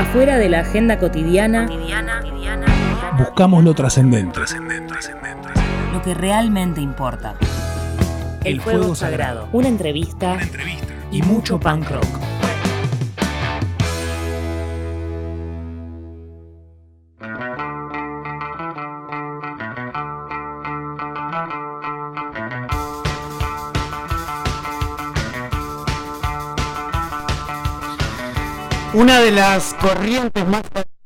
Fuera de la agenda cotidiana, buscamos lo trascendente. lo que realmente importa. El fuego sagrado. Una entrevista Y mucho punk rock. Una de las corrientes más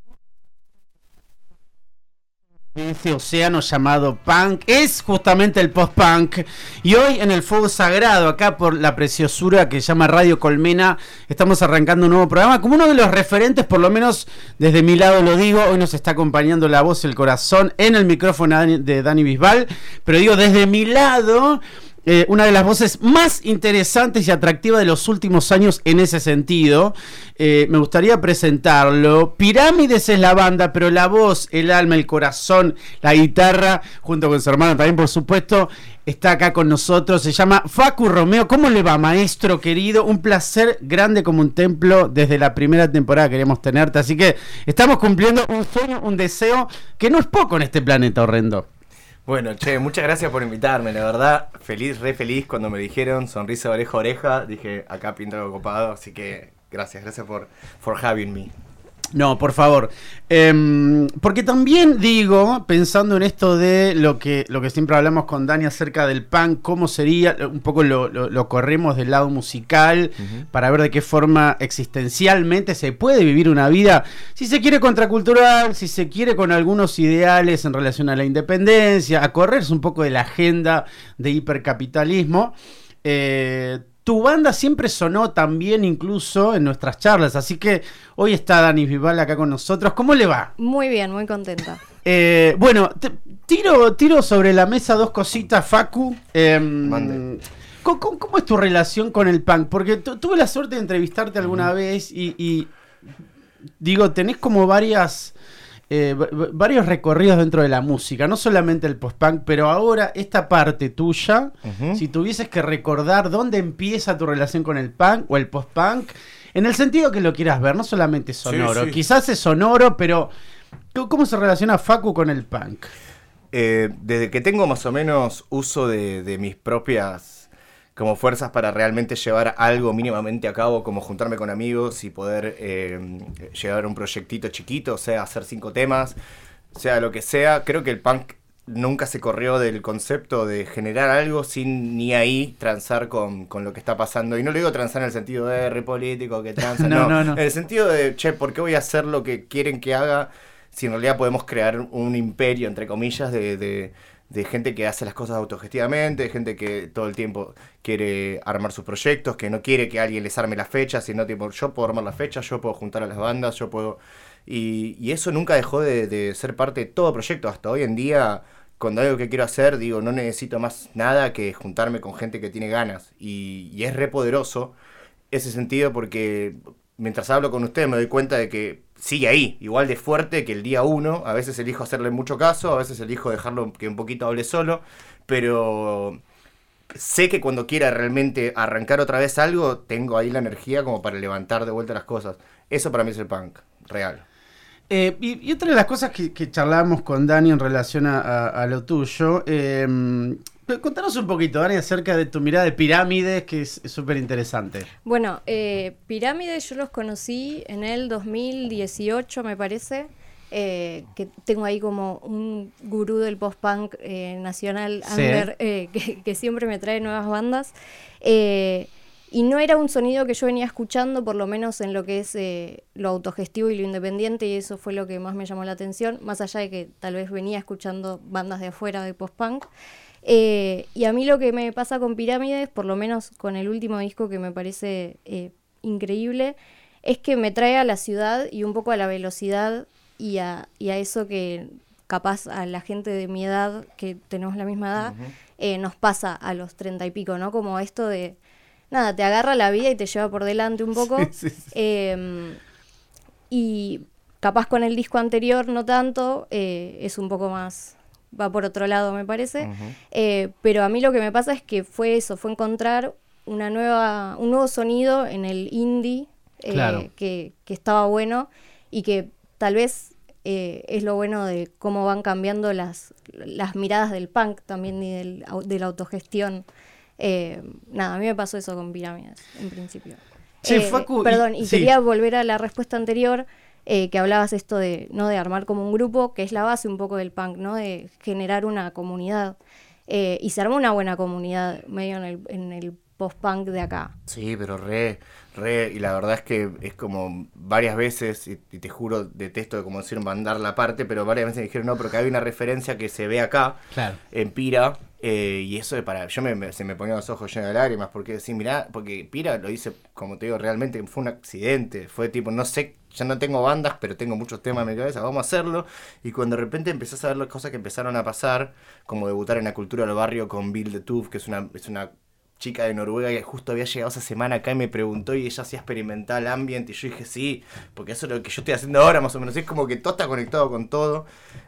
de ese océano llamado punk es justamente el post-punk. Y hoy en el Fuego Sagrado, acá por la preciosura que se llama Radio Colmena, estamos arrancando un nuevo programa. Como uno de los referentes, por lo menos desde mi lado lo digo, hoy nos está acompañando la voz y el corazón en el micrófono de Dani Bisbal. Pero digo, desde mi lado... una de las voces más interesantes y atractivas de los últimos años en ese sentido. Me gustaría presentarlo. Pirámides es la banda, pero la voz, el alma, el corazón, la guitarra, junto con su hermano también, por supuesto, está acá con nosotros. Se llama Facu Romeo. ¿Cómo le va, maestro querido? Un placer grande como un templo. Desde la primera temporada queríamos tenerte. Así que estamos cumpliendo un sueño, un deseo que no es poco en este planeta horrendo. Bueno, che, muchas gracias por invitarme, la verdad, re feliz cuando me dijeron, sonrisa de oreja a oreja, dije, acá pinta algo copado, así que gracias por having me. No, por favor, porque también digo, pensando en esto de lo que siempre hablamos con Dani acerca del punk, cómo sería, un poco lo corremos del lado musical, para ver de qué forma existencialmente se puede vivir una vida, si se quiere contracultural, si se quiere con algunos ideales en relación a la independencia, a correrse un poco de la agenda de hipercapitalismo. Tu banda siempre sonó también incluso en nuestras charlas, así que hoy está Dani Bisbal acá con nosotros. ¿Cómo le va? Muy bien, muy contenta. Bueno, tiro sobre la mesa dos cositas, Facu. ¿Cómo es tu relación con el punk? Porque tuve la suerte de entrevistarte alguna vez y digo, tenés como varios recorridos dentro de la música, no solamente el post-punk, pero ahora esta parte tuya, si tuvieses que recordar dónde empieza tu relación con el punk o el post-punk, en el sentido que lo quieras ver, no solamente sonoro, sí. Quizás es sonoro, pero ¿cómo se relaciona Facu con el punk? Desde que tengo más o menos uso de mis propias como fuerzas para realmente llevar algo mínimamente a cabo, como juntarme con amigos y poder llevar un proyectito chiquito, o sea, hacer 5 temas, sea lo que sea. Creo que el punk nunca se corrió del concepto de generar algo sin ni ahí transar con lo que está pasando. Y no le digo transar en el sentido de re político, que transa, no. En el sentido de, che, ¿por qué voy a hacer lo que quieren que haga si en realidad podemos crear un imperio, entre comillas, de gente que hace las cosas autogestivamente, de gente que todo el tiempo quiere armar sus proyectos, que no quiere que alguien les arme las fechas, sino tipo, yo puedo armar las fechas, yo puedo juntar a las bandas, yo puedo... Y eso nunca dejó de ser parte de todo proyecto. Hasta hoy en día, cuando hay algo que quiero hacer, digo, no necesito más nada que juntarme con gente que tiene ganas. Y es re poderoso ese sentido porque mientras hablo con ustedes me doy cuenta de que sigue ahí, igual de fuerte que el día 1. A veces elijo hacerle mucho caso, a veces elijo dejarlo que un poquito hable solo, pero sé que cuando quiera realmente arrancar otra vez algo, tengo ahí la energía como para levantar de vuelta las cosas. Eso para mí es el punk, real. Y otra de las cosas que charlábamos con Dani en relación a lo tuyo, contanos un poquito, Dani, acerca de tu mirada de Pirámides, que es súper interesante. Bueno, Pirámides yo los conocí en el 2018, me parece, que tengo ahí como un gurú del post-punk nacional, Sí. Ander, que siempre me trae nuevas bandas. Y no era un sonido que yo venía escuchando, por lo menos en lo que es lo autogestivo y lo independiente, y eso fue lo que más me llamó la atención, más allá de que tal vez venía escuchando bandas de afuera de post-punk. Y a mí lo que me pasa con Pirámides, por lo menos con el último disco que me parece increíble, es que me trae a la ciudad y un poco a la velocidad y a eso que capaz a la gente de mi edad, que tenemos la misma edad, nos pasa a los 30 y pico, ¿no? Como esto de... Nada, te agarra la vida y te lleva por delante un poco. Sí. Y capaz con el disco anterior no tanto, es un poco más... Va por otro lado, me parece. Pero a mí lo que me pasa es que fue eso, fue encontrar un nuevo sonido en el indie, Claro. que estaba bueno y que tal vez es lo bueno de cómo van cambiando las miradas del punk también y de la autogestión. Nada, a mí me pasó eso con Pirámides, en principio. Sí, Facu, perdón, y sí. quería volver a la respuesta anterior, que hablabas esto de armar como un grupo, que es la base un poco del punk, ¿no? De generar una comunidad. Y se armó una buena comunidad medio en el post-punk de acá. Sí, pero re, y la verdad es que es como varias veces, y te juro, detesto de como decir mandar la parte, pero varias veces me dijeron, no, pero que hay una referencia que se ve acá, Claro. en Pira, y eso se me ponían los ojos llenos de lágrimas, porque sí, mirá, porque Pira lo dice, como te digo, realmente fue un accidente, fue tipo, no sé, ya no tengo bandas, pero tengo muchos temas en mi cabeza, vamos a hacerlo, y cuando de repente empezás a ver las cosas que empezaron a pasar, como debutar en la cultura del barrio con Bill de Toof, que es una chica de Noruega que justo había llegado esa semana acá y me preguntó y ella hacía experimental ambient y yo dije sí, porque eso es lo que yo estoy haciendo ahora más o menos, es como que todo está conectado con todo.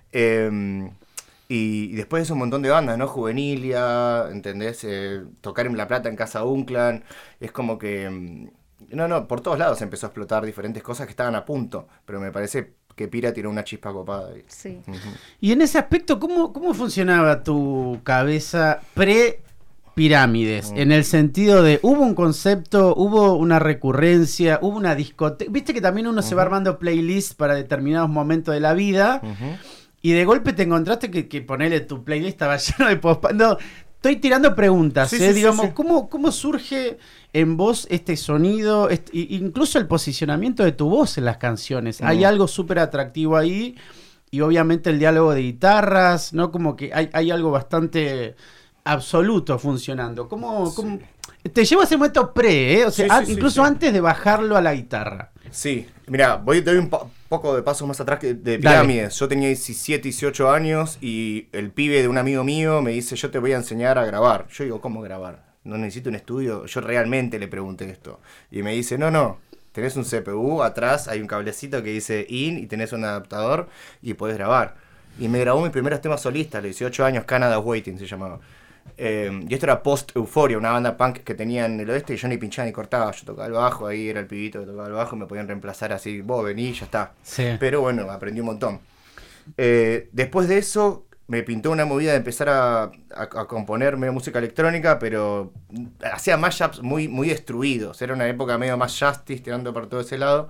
Y después de eso un montón de bandas, ¿no? Juvenilia, ¿entendés? Tocar en La Plata en Casa Unclan, es como que por todos lados empezó a explotar diferentes cosas que estaban a punto, pero me parece que Pira tiró una chispa copada ahí. Sí. Uh-huh. Y en ese aspecto, ¿cómo funcionaba tu cabeza pre-Pirámides? En el sentido de, ¿hubo un concepto, hubo una recurrencia, hubo una discoteca? Viste que también uno se va armando playlists para determinados momentos de la vida, y de golpe te encontraste que ponerle tu playlist estaba lleno de post. No, estoy tirando preguntas, Sí, digamos, sí. ¿cómo surge en vos este sonido, incluso el posicionamiento de tu voz en las canciones? Hay algo súper atractivo ahí, y obviamente el diálogo de guitarras, ¿no? Como que hay algo bastante absoluto funcionando. ¿Cómo te llevo a ese momento o sea, incluso antes de bajarlo a la guitarra? Sí, mira, doy un poco de pasos más atrás de Pirámides. Yo tenía 17, 18 años y el pibe de un amigo mío me dice, yo te voy a enseñar a grabar. Yo digo, ¿cómo grabar? No necesito un estudio. Yo realmente le pregunté esto. Y me dice, no, tenés un CPU, atrás hay un cablecito que dice in y tenés un adaptador y podés grabar. Y me grabó mis primeros temas solistas, a los 18 años, Canada Waiting se llamaba. Y esto era post-Euphoria, una banda punk que tenía en el oeste y yo ni pinchaba ni cortaba, yo tocaba el bajo, ahí era el pibito que tocaba el bajo y me podían reemplazar así, vos vení, ya está. Sí. Pero bueno, aprendí un montón. Después de eso me pintó una movida de empezar a componer medio música electrónica, pero hacía mashups muy, muy destruidos, era una época medio más justice, tirando por todo ese lado.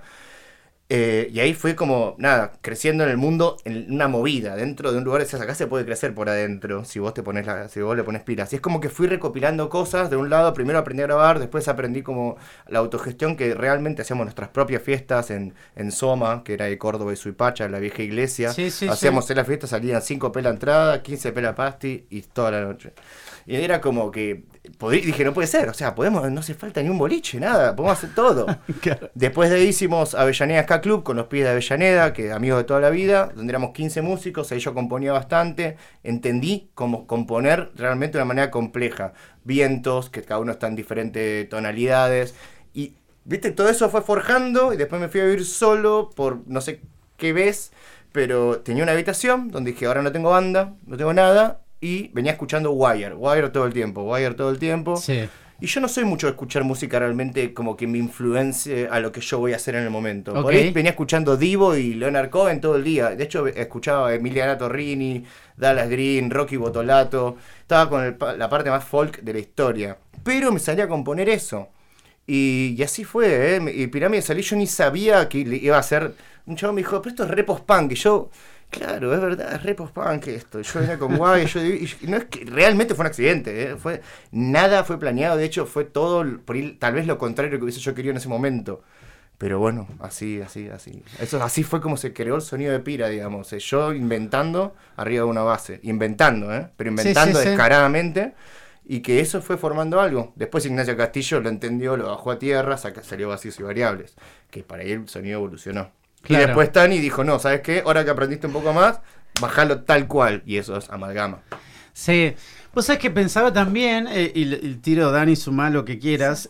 Y ahí fue como, creciendo en el mundo, en una movida, dentro de un lugar, acá se puede crecer por adentro, si vos le pones pilas. Y es como que fui recopilando cosas, de un lado, primero aprendí a grabar, después aprendí como la autogestión, que realmente hacíamos nuestras propias fiestas en Soma, que era de Córdoba y Suipacha, en la vieja iglesia. Hacíamos en las fiestas, salían 5 pelas entrada, 15 pelas pasti y toda la noche. Y era como que, dije, no puede ser, o sea, no hace falta ni un boliche, nada, podemos hacer todo. Claro. Después de ahí hicimos Avellaneda Ska Club con los pibes de Avellaneda, que amigos de toda la vida, donde éramos 15 músicos, ahí yo componía bastante, entendí cómo componer realmente de una manera compleja, vientos, que cada uno está en diferentes tonalidades, y, viste, todo eso fue forjando, y después me fui a vivir solo por no sé qué vez, pero tenía una habitación donde dije, ahora no tengo banda, no tengo nada, y venía escuchando Wire todo el tiempo. Sí. Y yo no soy mucho de escuchar música realmente como que me influencie a lo que yo voy a hacer en el momento. Okay. Por ahí venía escuchando Divo y Leonard Cohen todo el día. De hecho, escuchaba a Emiliana Torrini, Dallas Green, Rocky Botolato. Estaba con la parte más folk de la historia. Pero me salía a componer eso. Y así fue, ¿eh? Y Pirámide salí, yo ni sabía que iba a ser... Un chavo me dijo, pero esto es re post-punk. Y yo... Claro, es verdad, es re post-punk esto. Yo venía con guay, y no es que realmente fue un accidente, nada fue planeado, de hecho fue todo por ahí, tal vez lo contrario que hubiese yo querido en ese momento. Pero bueno, así. Así fue como se creó el sonido de Pira, digamos. Yo inventando arriba de una base, pero inventando descaradamente. Y que eso fue formando algo. Después Ignacio Castillo lo entendió, lo bajó a tierra, salió Vacíos y Variables, que para él el sonido evolucionó. Claro. Y después Tani dijo, no, ¿sabes qué? Ahora que aprendiste un poco más, bajalo tal cual. Y eso es amalgama. Sí. Vos sabés que pensaba también, y tiro Dani, sumá lo que quieras,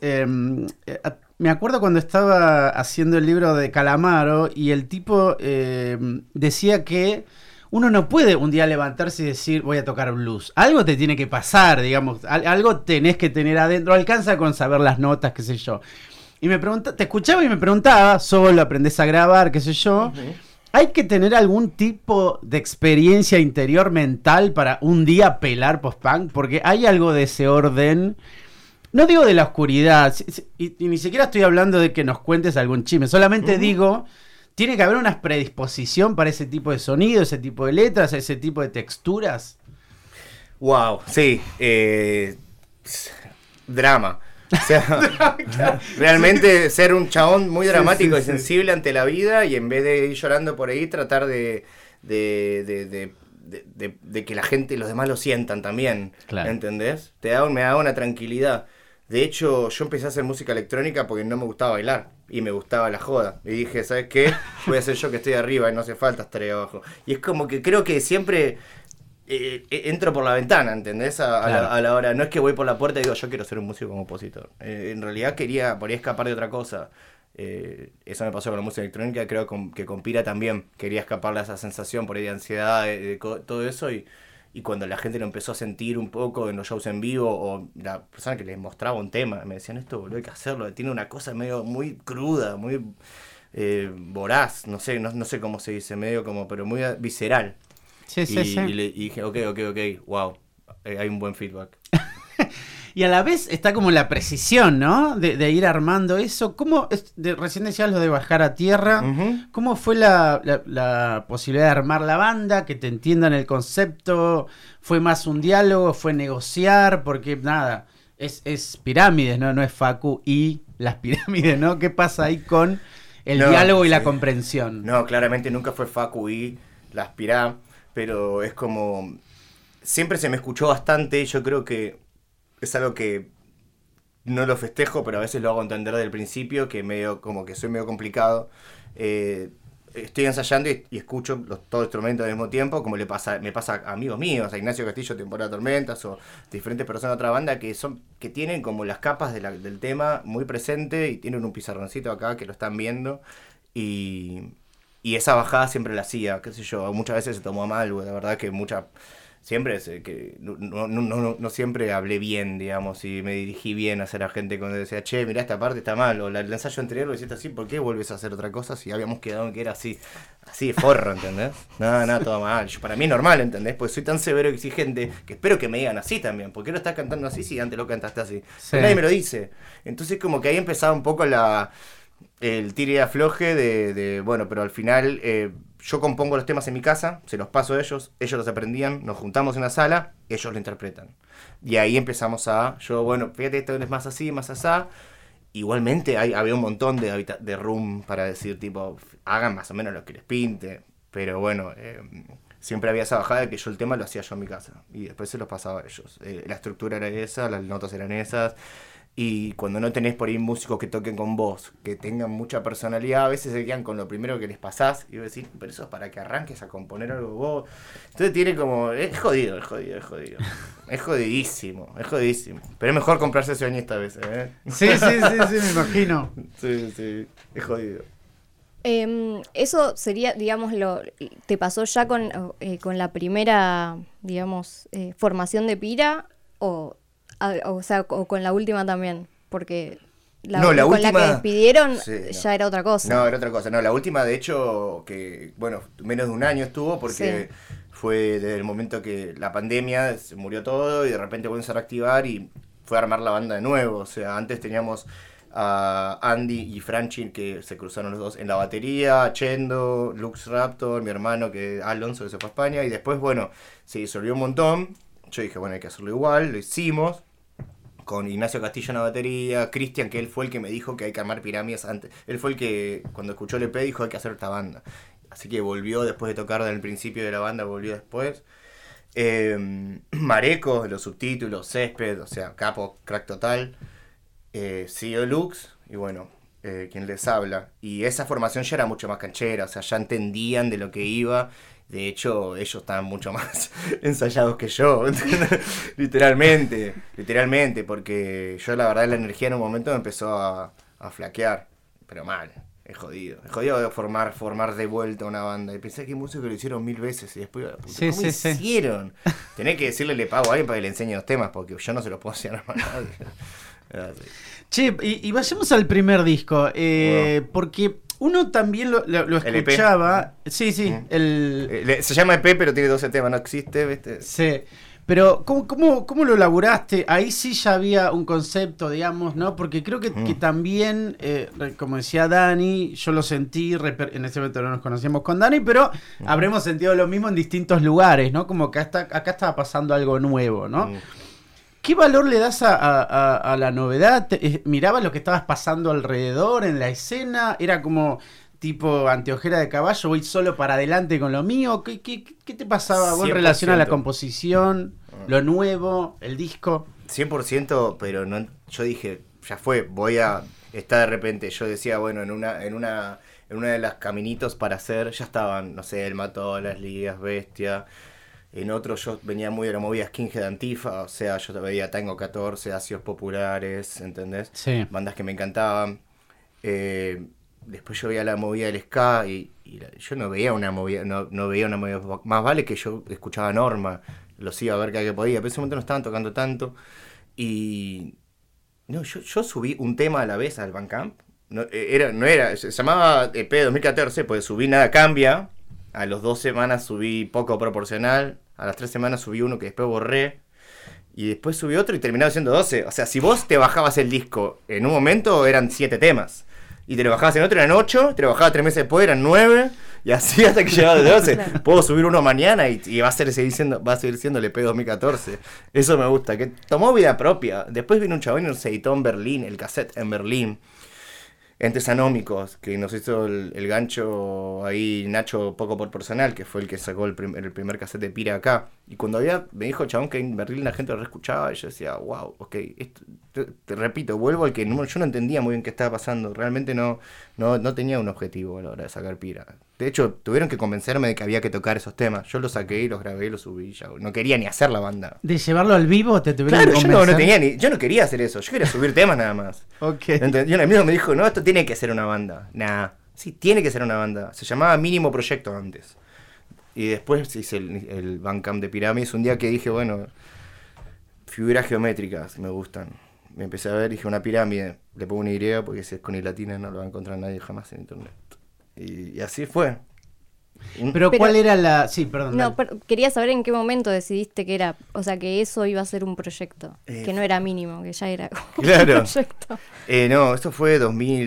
me acuerdo cuando estaba haciendo el libro de Calamaro y el tipo decía que uno no puede un día levantarse y decir voy a tocar blues. Algo te tiene que pasar, digamos, algo tenés que tener adentro, alcanza con saber las notas, qué sé yo. Y te escuchaba y me preguntaba, solo aprendés a grabar, qué sé yo. ¿Hay que tener algún tipo de experiencia interior mental para un día pelar post-punk? Porque hay algo de ese orden. No digo de la oscuridad, y ni siquiera estoy hablando de que nos cuentes algún chisme. Solamente digo, tiene que haber una predisposición para ese tipo de sonido, ese tipo de letras, ese tipo de texturas. Wow, sí. Drama. O sea, realmente ser un chabón muy dramático y sensible ante la vida, y en vez de ir llorando por ahí, tratar de que la gente y los demás lo sientan también. Claro. ¿Entendés? Me da una tranquilidad. De hecho, yo empecé a hacer música electrónica porque no me gustaba bailar y me gustaba la joda. Y dije, ¿sabes qué? Voy a hacer yo que estoy arriba y no hace falta estar ahí abajo. Y es como que creo que siempre... entro por la ventana, ¿entendés? Claro. A la hora, no es que voy por la puerta y digo, yo quiero ser un músico compositor. En realidad quería por ahí escapar de otra cosa. Eso me pasó con la música electrónica, creo que con Pira también. Quería escapar de esa sensación por ahí de ansiedad, de todo eso, y cuando la gente lo empezó a sentir un poco en los shows en vivo, o la persona que les mostraba un tema, me decían, esto boludo, hay que hacerlo, tiene una cosa medio muy cruda, muy voraz, no sé cómo se dice, medio como, pero muy visceral. Sí. Y dije, ok, wow, hay un buen feedback. Y a la vez está como la precisión, ¿no? De ir armando eso. ¿Cómo recién decías lo de bajar a tierra? ¿Cómo fue la posibilidad de armar la banda? Que te entiendan el concepto. ¿Fue más un diálogo? ¿Fue negociar? Porque nada, es pirámides, ¿no? No es Facu y las pirámides, ¿no? ¿Qué pasa ahí con el diálogo y la comprensión? No, claramente nunca fue Facu y las pirámides. Pero es como... Siempre se me escuchó bastante. Yo creo que es algo que no lo festejo, pero a veces lo hago entender desde el principio, que como que soy medio complicado. Estoy ensayando y escucho todos los instrumentos al mismo tiempo, como me pasa a amigos míos, a Ignacio Castillo, Temporada Tormentas, o diferentes personas de otra banda que tienen como las capas del tema muy presente y tienen un pizarroncito acá que lo están viendo. Y esa bajada siempre la hacía, qué sé yo, muchas veces se tomó a mal, la verdad que siempre no siempre hablé bien, digamos, y me dirigí bien hacia la gente cuando decía, che, mirá, esta parte está mal, o el ensayo anterior lo hiciste así, ¿por qué vuelves a hacer otra cosa si habíamos quedado en que era así de forro, ¿entendés? No, todo mal. Para mí es normal, ¿entendés? Porque soy tan severo y exigente que espero que me digan así también. ¿Por qué lo estás cantando así si antes lo cantaste así? Sí. Pero nadie me lo dice. Entonces como que ahí empezaba un poco el tire y afloje de bueno, pero al final yo compongo los temas en mi casa, se los paso a ellos los aprendían, nos juntamos en una sala, ellos lo interpretan. Y ahí empezamos bueno, fíjate, esto es más así, más asá. Igualmente había un montón de room para decir, tipo, hagan más o menos lo que les pinte. Pero bueno, siempre había esa bajada de que yo el tema lo hacía yo en mi casa. Y después se los pasaba a ellos. La estructura era esa, las notas eran esas. Y cuando no tenés por ahí músicos que toquen con vos, que tengan mucha personalidad, a veces se quedan con lo primero que les pasás. Y vos decís, pero eso es para que arranques a componer algo vos. Entonces tiene como... Es jodido. Es jodidísimo. Pero es mejor comprarse Sony a veces, ¿eh? Sí, me imagino. Sí, es jodido. Eso sería, digamos, ¿te pasó ya con la primera, digamos, formación de Pira? O con la última también, porque con última, la que despidieron ya era otra cosa. No, era otra cosa. No, la última, de hecho, que, bueno, menos de un año estuvo, porque fue desde el momento que la pandemia, se murió todo, y de repente volvimos a reactivar, y fue a armar la banda de nuevo. O sea, antes teníamos a Andy y Franchi, que se cruzaron los dos en la batería, Chendo, Lux Raptor, mi hermano, que Alonso, que se fue a España, y después, bueno, se disolvió un montón. Yo dije, bueno, hay que hacerlo igual, lo hicimos, con Ignacio Castillo en la batería, Cristian, que él fue el que me dijo que hay que armar pirámides antes, él fue el que, cuando escuchó el EP, dijo hay que hacer esta banda, así que volvió después de tocar del principio de la banda, volvió después. Mareco, de los subtítulos, Césped, o sea, capo, crack total, CEO Lux, y bueno, quien les habla, y esa formación ya era mucho más canchera, o sea, ya entendían de lo que iba. De hecho, ellos estaban mucho más ensayados que yo, literalmente, porque yo la verdad la energía en un momento me empezó a flaquear, pero mal, es jodido formar de vuelta una banda, y pensé que hay músicos que lo hicieron 1000 veces y después, ¿cómo hicieron? Tenés que decirle, le pago a alguien para que le enseñe los temas, porque yo no se los puedo enseñar a nadie. Che, y vayamos al primer disco, porque uno también lo escuchaba. Sí, se llama EP, pero tiene 12 temas, no existe, ¿viste? Sí. Pero, ¿cómo lo elaboraste? Ahí sí ya había un concepto, digamos, ¿no? Porque creo que también, como decía Dani, yo lo sentí, en ese momento no nos conocíamos con Dani, pero habremos sentido lo mismo en distintos lugares, ¿no? Como que acá estaba pasando algo nuevo, ¿no? ¿Qué valor le das a la novedad? ¿Mirabas lo que estabas pasando alrededor, en la escena? ¿Era como tipo anteojera de caballo, voy solo para adelante con lo mío? ¿Qué te pasaba vos en relación a la composición, lo nuevo, el disco? 100%, pero no, yo dije, ya fue, voy a estar de repente, yo decía, bueno, en una de las caminitos para hacer, ya estaban, no sé, El Mató, Las Ligas, Bestia. En otro yo venía muy de la movida Skinhead Antifa, o sea, yo veía Tango 14, Ácidos Populares, ¿entendés? Sí. Bandas que me encantaban. Después yo veía la movida del ska y yo no veía una movida, no veía una movida, más vale que yo escuchaba Norma, los iba a ver cada que podía, pero en ese momento no estaban tocando tanto. Y no, yo subí un tema a la vez al Bandcamp, se llamaba EP 2014, pues subí Nada Cambia, a los 2 semanas subí Poco Proporcional, a las 3 semanas subí uno que después borré, y después subí otro y terminaba siendo 12. O sea, si vos te bajabas el disco en un momento eran 7 temas. Y te lo bajabas en otro, eran 8, te lo bajabas 3 meses después, eran 9, y así hasta que llegaba de 12. Claro. Puedo subir uno mañana y va a seguir siendo el EP 2014. Eso me gusta, que tomó vida propia. Después vino un chabón y nos editó en Berlín, el cassette en Berlín. Entes Anómicos, que nos hizo el gancho ahí Nacho Poco Proporcional, que fue el que sacó el primer cassette de Pira acá. Y cuando me dijo chabón que en Berlín la gente lo reescuchaba, y yo decía, wow, ok, te repito, vuelvo al que yo no entendía muy bien qué estaba pasando. Realmente no tenía un objetivo a la hora de sacar Pira. De hecho, tuvieron que convencerme de que había que tocar esos temas. Yo los saqué y los grabé y los subí. Ya no quería ni hacer la banda. ¿De llevarlo al vivo te tuvieron que convencer? Yo no quería hacer eso. Yo quería subir temas nada más. Okay. Y un amigo me dijo, no, esto tiene que ser una banda. Nah, sí, tiene que ser una banda. Se llamaba Mínimo Proyecto antes. Y después hice el Bandcamp de Pirámides. Un día que dije, bueno, figuras geométricas me gustan. Me empecé a ver, dije, una pirámide. Le pongo una Y porque si es con I latina no lo va a encontrar nadie jamás en internet. Y así fue. Pero ¿cuál era la...? Sí, perdón. No, quería saber en qué momento decidiste que era, o sea, que eso iba a ser un proyecto, que no era Mínimo, que ya era un proyecto. No, esto fue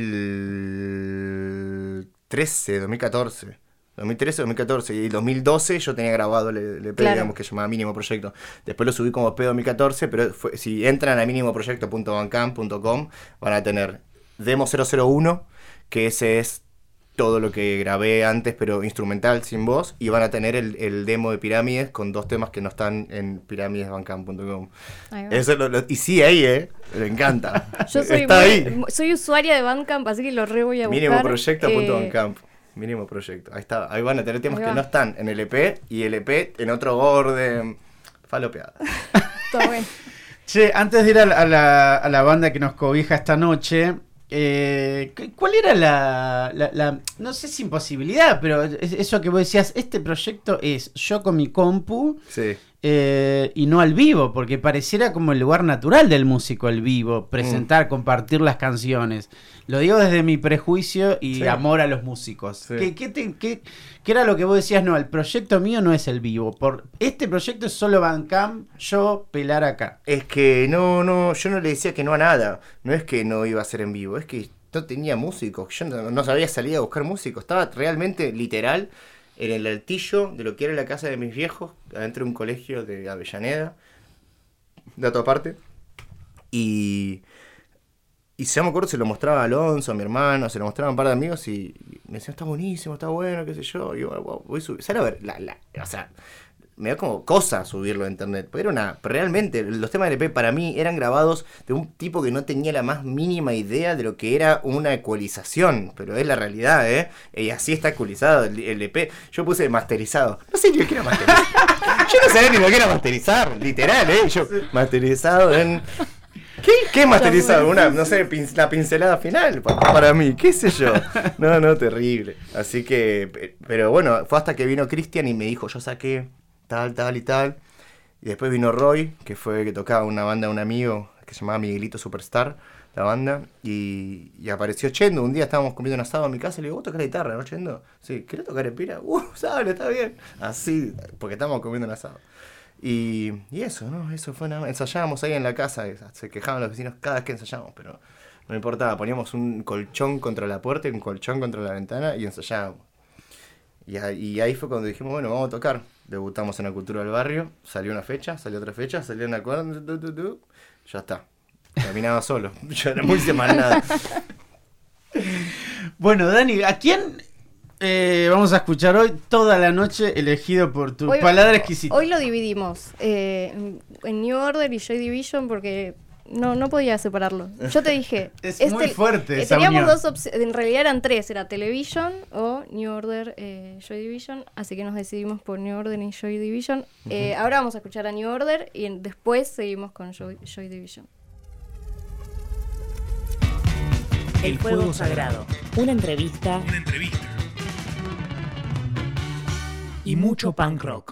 2013, 2014. 2013, 2014 y 2012 yo tenía grabado el EP, claro, digamos, que se llamaba Mínimo Proyecto. Después lo subí como EP 2014, pero si entran a minimoproyecto.bandcamp.com van a tener Demo 001, que ese es todo lo que grabé antes, pero instrumental, sin voz, y van a tener el demo de Pirámides con 2 temas que no están en piramidesbandcamp.com. Eso y sí, ahí, me encanta. Yo soy usuaria de Bandcamp, así que lo voy a buscar. Minimoproyecto.bandcamp. Mínimo Proyecto. Ahí está. Ahí van a tener temas que no están en el EP y el EP en otro orden. Falopeada. Todo bien. Che, antes de ir a la banda que nos cobija esta noche, ¿cuál era la no sé si imposibilidad, pero eso que vos decías, este proyecto es yo con mi compu, sí, y no al vivo, porque pareciera como el lugar natural del músico, el vivo, presentar, compartir las canciones. Lo digo desde mi prejuicio y amor a los músicos. Sí. ¿Qué era lo que vos decías? No, el proyecto mío no es el vivo. Este proyecto es solo Bandcamp, yo pelar acá. Es que yo no le decía que no a nada. No es que no iba a ser en vivo, es que no tenía músicos. Yo no sabía salir a buscar músicos. Estaba realmente literal en el altillo de lo que era la casa de mis viejos, adentro de un colegio de Avellaneda, de otra parte. Y yo me acuerdo, se lo mostraba a Alonso, a mi hermano, se lo mostraba a un par de amigos y me decían, está buenísimo, está bueno, qué sé yo. Y yo, wow, voy a subir. ¿Sabes? A ver, o sea, me da como cosa subirlo a internet. Pero realmente, los temas del EP para mí eran grabados de un tipo que no tenía la más mínima idea de lo que era una ecualización. Pero es la realidad, Y así está ecualizado el EP. Yo puse masterizado. No sé ni lo que era masterizar. Yo no sabía ni lo que era masterizar, literal, Yo, masterizado en... ¿Qué masterizado? No sé, la pincelada final para mí, qué sé yo. No, terrible. Así que, pero bueno, fue hasta que vino Cristian y me dijo, yo saqué tal y tal. Y después vino Roy, que fue que tocaba una banda de un amigo, que se llamaba Miguelito Superstar, la banda, y apareció Chendo. Un día estábamos comiendo un asado en mi casa y le digo, ¿vos tocás la guitarra, no, Chendo? Sí, ¿querés tocar en Pira? Sale, está bien. Así, porque estábamos comiendo un asado. Y eso, ¿no? Eso fue nada más. Ensayábamos ahí en la casa, se quejaban los vecinos cada vez que ensayábamos, pero no importaba, poníamos un colchón contra la puerta y un colchón contra la ventana y ensayábamos. Y ahí fue cuando dijimos, bueno, vamos a tocar. Debutamos en la Cultura del Barrio, salió una fecha, salió otra fecha, salió un acuerdo, ya está. Caminaba solo, yo no hice más nada. Bueno, Dani, ¿a quién vamos a escuchar hoy toda la noche elegido por tu paladar exquisito? Hoy lo dividimos en New Order y Joy Division porque no podía separarlo. Yo te dije... es muy fuerte esa teníamos unión. dos opciones, en realidad eran tres, era Television o New Order, Joy Division, así que nos decidimos por New Order y Joy Division. Ahora vamos a escuchar a New Order y después seguimos con Joy Division. El Fuego Sagrado. Una entrevista. Y mucho punk rock.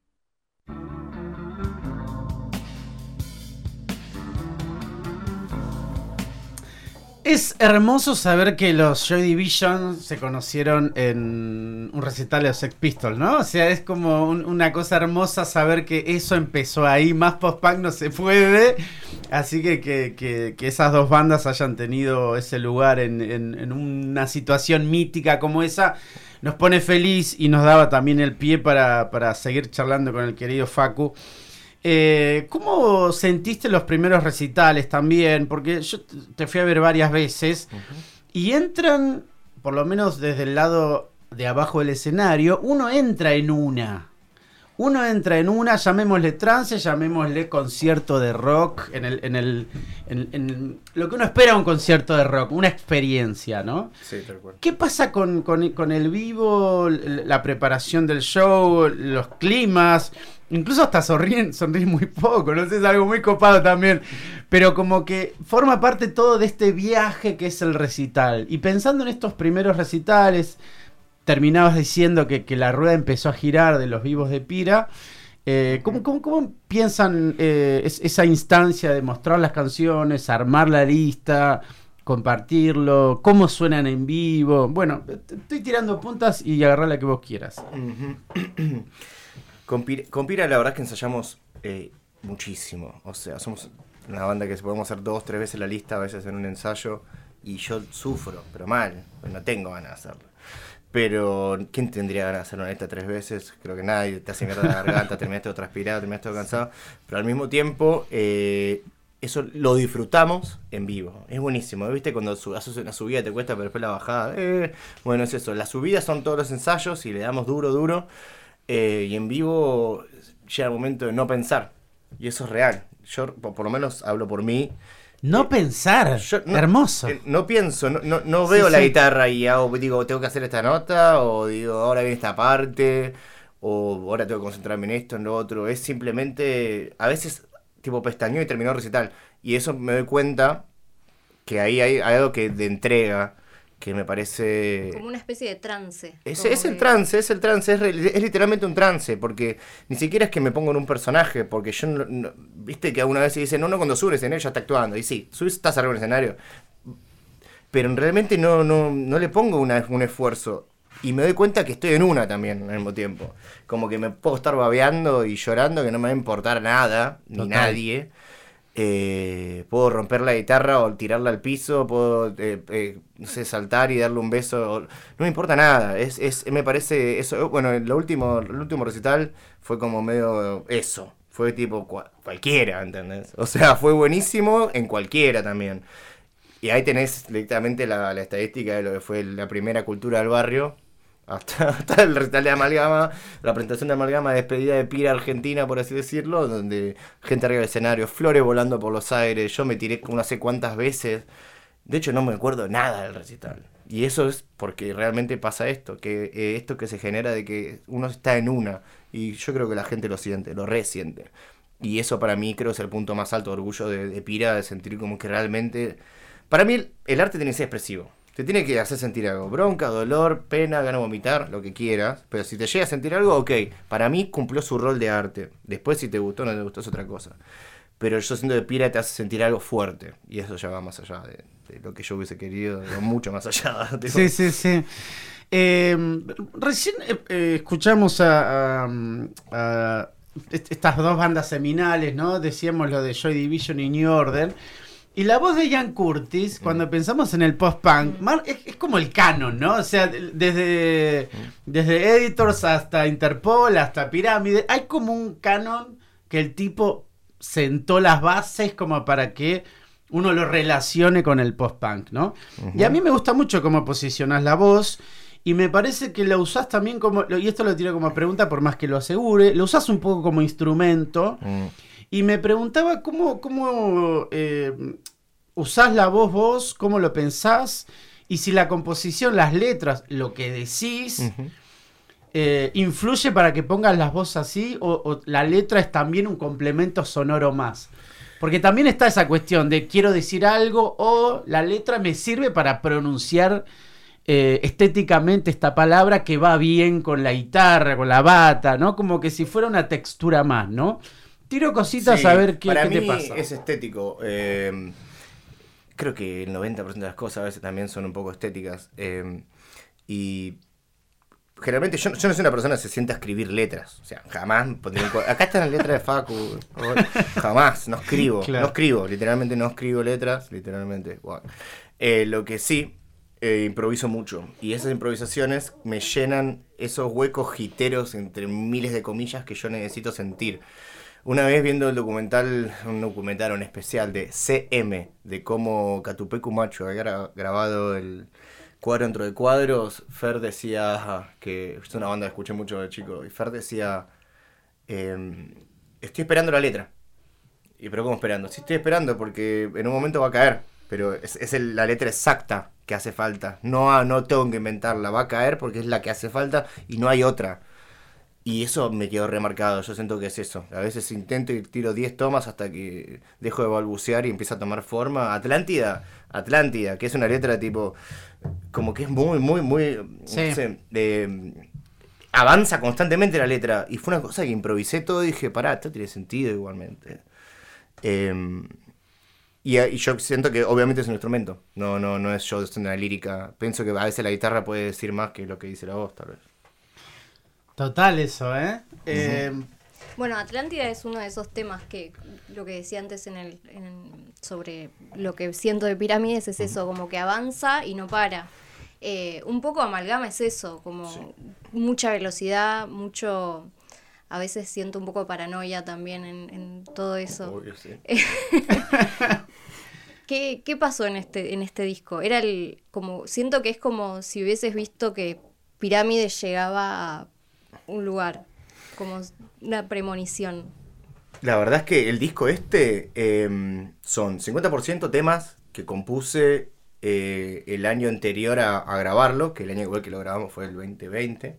Es hermoso saber que los Joy Division se conocieron en un recital de los Sex Pistols, ¿no? O sea, es como una cosa hermosa saber que eso empezó ahí, más post-punk no se puede, así que esas dos bandas hayan tenido ese lugar en una situación mítica como esa, nos pone feliz y nos daba también el pie para seguir charlando con el querido Facu. ¿Cómo sentiste los primeros recitales también? Porque yo te fui a ver varias veces y entran, por lo menos desde el lado de abajo del escenario, uno entra en una, llamémosle trance, llamémosle concierto de rock, en lo que uno espera un concierto de rock, una experiencia, ¿no? Sí, tal cual. ¿Qué pasa con el vivo, la preparación del show, los climas? Incluso hasta sonríen muy poco, no sé, es algo muy copado también, pero como que forma parte todo de este viaje que es el recital. Y pensando en estos primeros recitales, terminabas diciendo que la rueda empezó a girar de los vivos de Pira. ¿Cómo piensan esa instancia de mostrar las canciones, armar la lista, compartirlo? ¿Cómo suenan en vivo? Bueno, estoy tirando puntas y agarrar la que vos quieras. Con Pira la verdad es que ensayamos muchísimo. O sea, somos una banda que podemos hacer 2-3 veces la lista, a veces en un ensayo, y yo sufro, pero mal, pues no tengo ganas de hacerlo. Pero, ¿quién tendría ganas de hacerlo en esta 3 veces? Creo que nadie, te hace mierda la garganta, terminaste todo transpirado, terminaste todo cansado. Pero al mismo tiempo, eso lo disfrutamos en vivo. Es buenísimo, ¿viste? Cuando haces una subida te cuesta, pero después la bajada. Bueno, es eso. Las subidas son todos los ensayos y le damos duro. Y en vivo llega el momento de no pensar. Y eso es real. Yo, por lo menos, hablo por mí. No pensar, hermoso. No pienso, no veo la guitarra y digo, tengo que hacer esta nota, o digo, ahora viene esta parte, o ahora tengo que concentrarme en esto, en lo otro. Es simplemente, a veces, tipo pestañeo y terminó el recital. Y eso me doy cuenta que ahí hay algo de entrega, que me parece... Como una especie de trance. Es el trance, es literalmente un trance, porque ni siquiera es que me pongo en un personaje, porque yo, viste que alguna vez se dice, no, cuando sube el escenario ya está actuando, y sí, estás arriba del escenario, pero realmente no le pongo un esfuerzo, y me doy cuenta que estoy en una también al mismo tiempo, como que me puedo estar babeando y llorando, que no me va a importar nada, ni nadie. Puedo romper la guitarra o tirarla al piso, puedo no sé, saltar y darle un beso, no me importa nada, me parece eso. Bueno, el último recital fue como medio eso, fue tipo cualquiera, ¿entendés? O sea, fue buenísimo en cualquiera también. Y ahí tenés directamente la estadística de lo que fue la primera Cultura del Barrio, hasta el recital de Amalgama, la presentación de Amalgama, despedida de Pira Argentina, por así decirlo, donde gente arriba del escenario, flores volando por los aires, yo me tiré no sé cuántas veces, de hecho no me acuerdo nada del recital, y eso es porque realmente pasa esto que se genera de que uno está en una, y yo creo que la gente lo siente, lo resiente, y eso para mí creo es el punto más alto de orgullo de Pira, de sentir como que realmente, para mí el arte tiene que ser expresivo. Te tiene que hacer sentir algo, bronca, dolor, pena, ganas de vomitar, lo que quieras. Pero si te llega a sentir algo, ok, para mí cumplió su rol de arte. Después si te gustó o no te gustó es otra cosa. pero yo siento que Pira te hace sentir algo fuerte, y eso ya va más allá de lo que yo hubiese querido, mucho más allá. Sí. Recién escuchamos a estas dos bandas seminales, ¿no? Decíamos lo de Joy Division y New Order. Y la voz de Ian Curtis, cuando pensamos en el post-punk, es como el canon, ¿no? O sea, desde Editors hasta Interpol, hasta Pirámide, hay como un canon que el tipo sentó las bases como para que uno lo relacione con el post-punk, ¿no? Uh-huh. Y a mí me gusta mucho cómo posicionás la voz, y me parece que lo usás también como, y esto lo tiro como pregunta por más que lo asegure, lo usás un poco como instrumento. Y me preguntaba cómo usás la voz vos, cómo lo pensás, y si la composición, las letras, lo que decís, influye para que pongas las voces así, o la letra es también un complemento sonoro más. Porque también está esa cuestión de quiero decir algo, o la letra me sirve para pronunciar estéticamente esta palabra que va bien con la guitarra, con la bata, ¿no? Como que si fuera una textura más, ¿no? Tiro cositas a ver qué te pasa. Para mí es estético. Creo que el 90% de las cosas a veces también son un poco estéticas. Y generalmente yo no soy una persona que se sienta a escribir letras. O sea, jamás pondría acá están las letras de Facu. Jamás, no escribo. Claro. No escribo, literalmente no escribo letras. Literalmente, wow. Lo que sí, improviso mucho. Y esas improvisaciones me llenan esos huecos jiteros entre miles de comillas que yo necesito sentir. Una vez viendo un especial de CM, de cómo Catupecu Macho había grabado el Cuadro dentro de cuadros, Fer decía, que es una banda que escuché mucho de chico, y Fer decía, estoy esperando la letra. Pero ¿cómo esperando? Sí, estoy esperando porque en un momento va a caer, pero es la letra exacta que hace falta. No tengo que inventarla, va a caer porque es la que hace falta y no hay otra. Y eso me quedó remarcado, yo siento que es eso. A veces intento y tiro 10 tomas hasta que dejo de balbucear y empieza a tomar forma. Atlántida, que es una letra tipo, como que es muy, sí. No sé, avanza constantemente la letra. Y fue una cosa que improvisé todo y dije, pará, esto tiene sentido igualmente. Y yo siento que obviamente es un instrumento, no es yo de una lírica. Pienso que a veces la guitarra puede decir más que lo que dice la voz, tal vez. Total eso, ¿eh? Uh-huh. Bueno, Atlántida es uno de esos temas que, lo que decía antes sobre lo que siento de Pirámides es eso, como que avanza y no para. Un poco Amalgama es eso, como mucha velocidad, a veces siento un poco de paranoia también en todo eso. Obvio, sí. ¿Qué pasó en este disco? Siento que es como si hubieses visto que Pirámides llegaba a un lugar, como una premonición. La verdad es que el disco son 50% temas que compuse el año anterior a grabarlo, que el año igual que lo grabamos fue el 2020,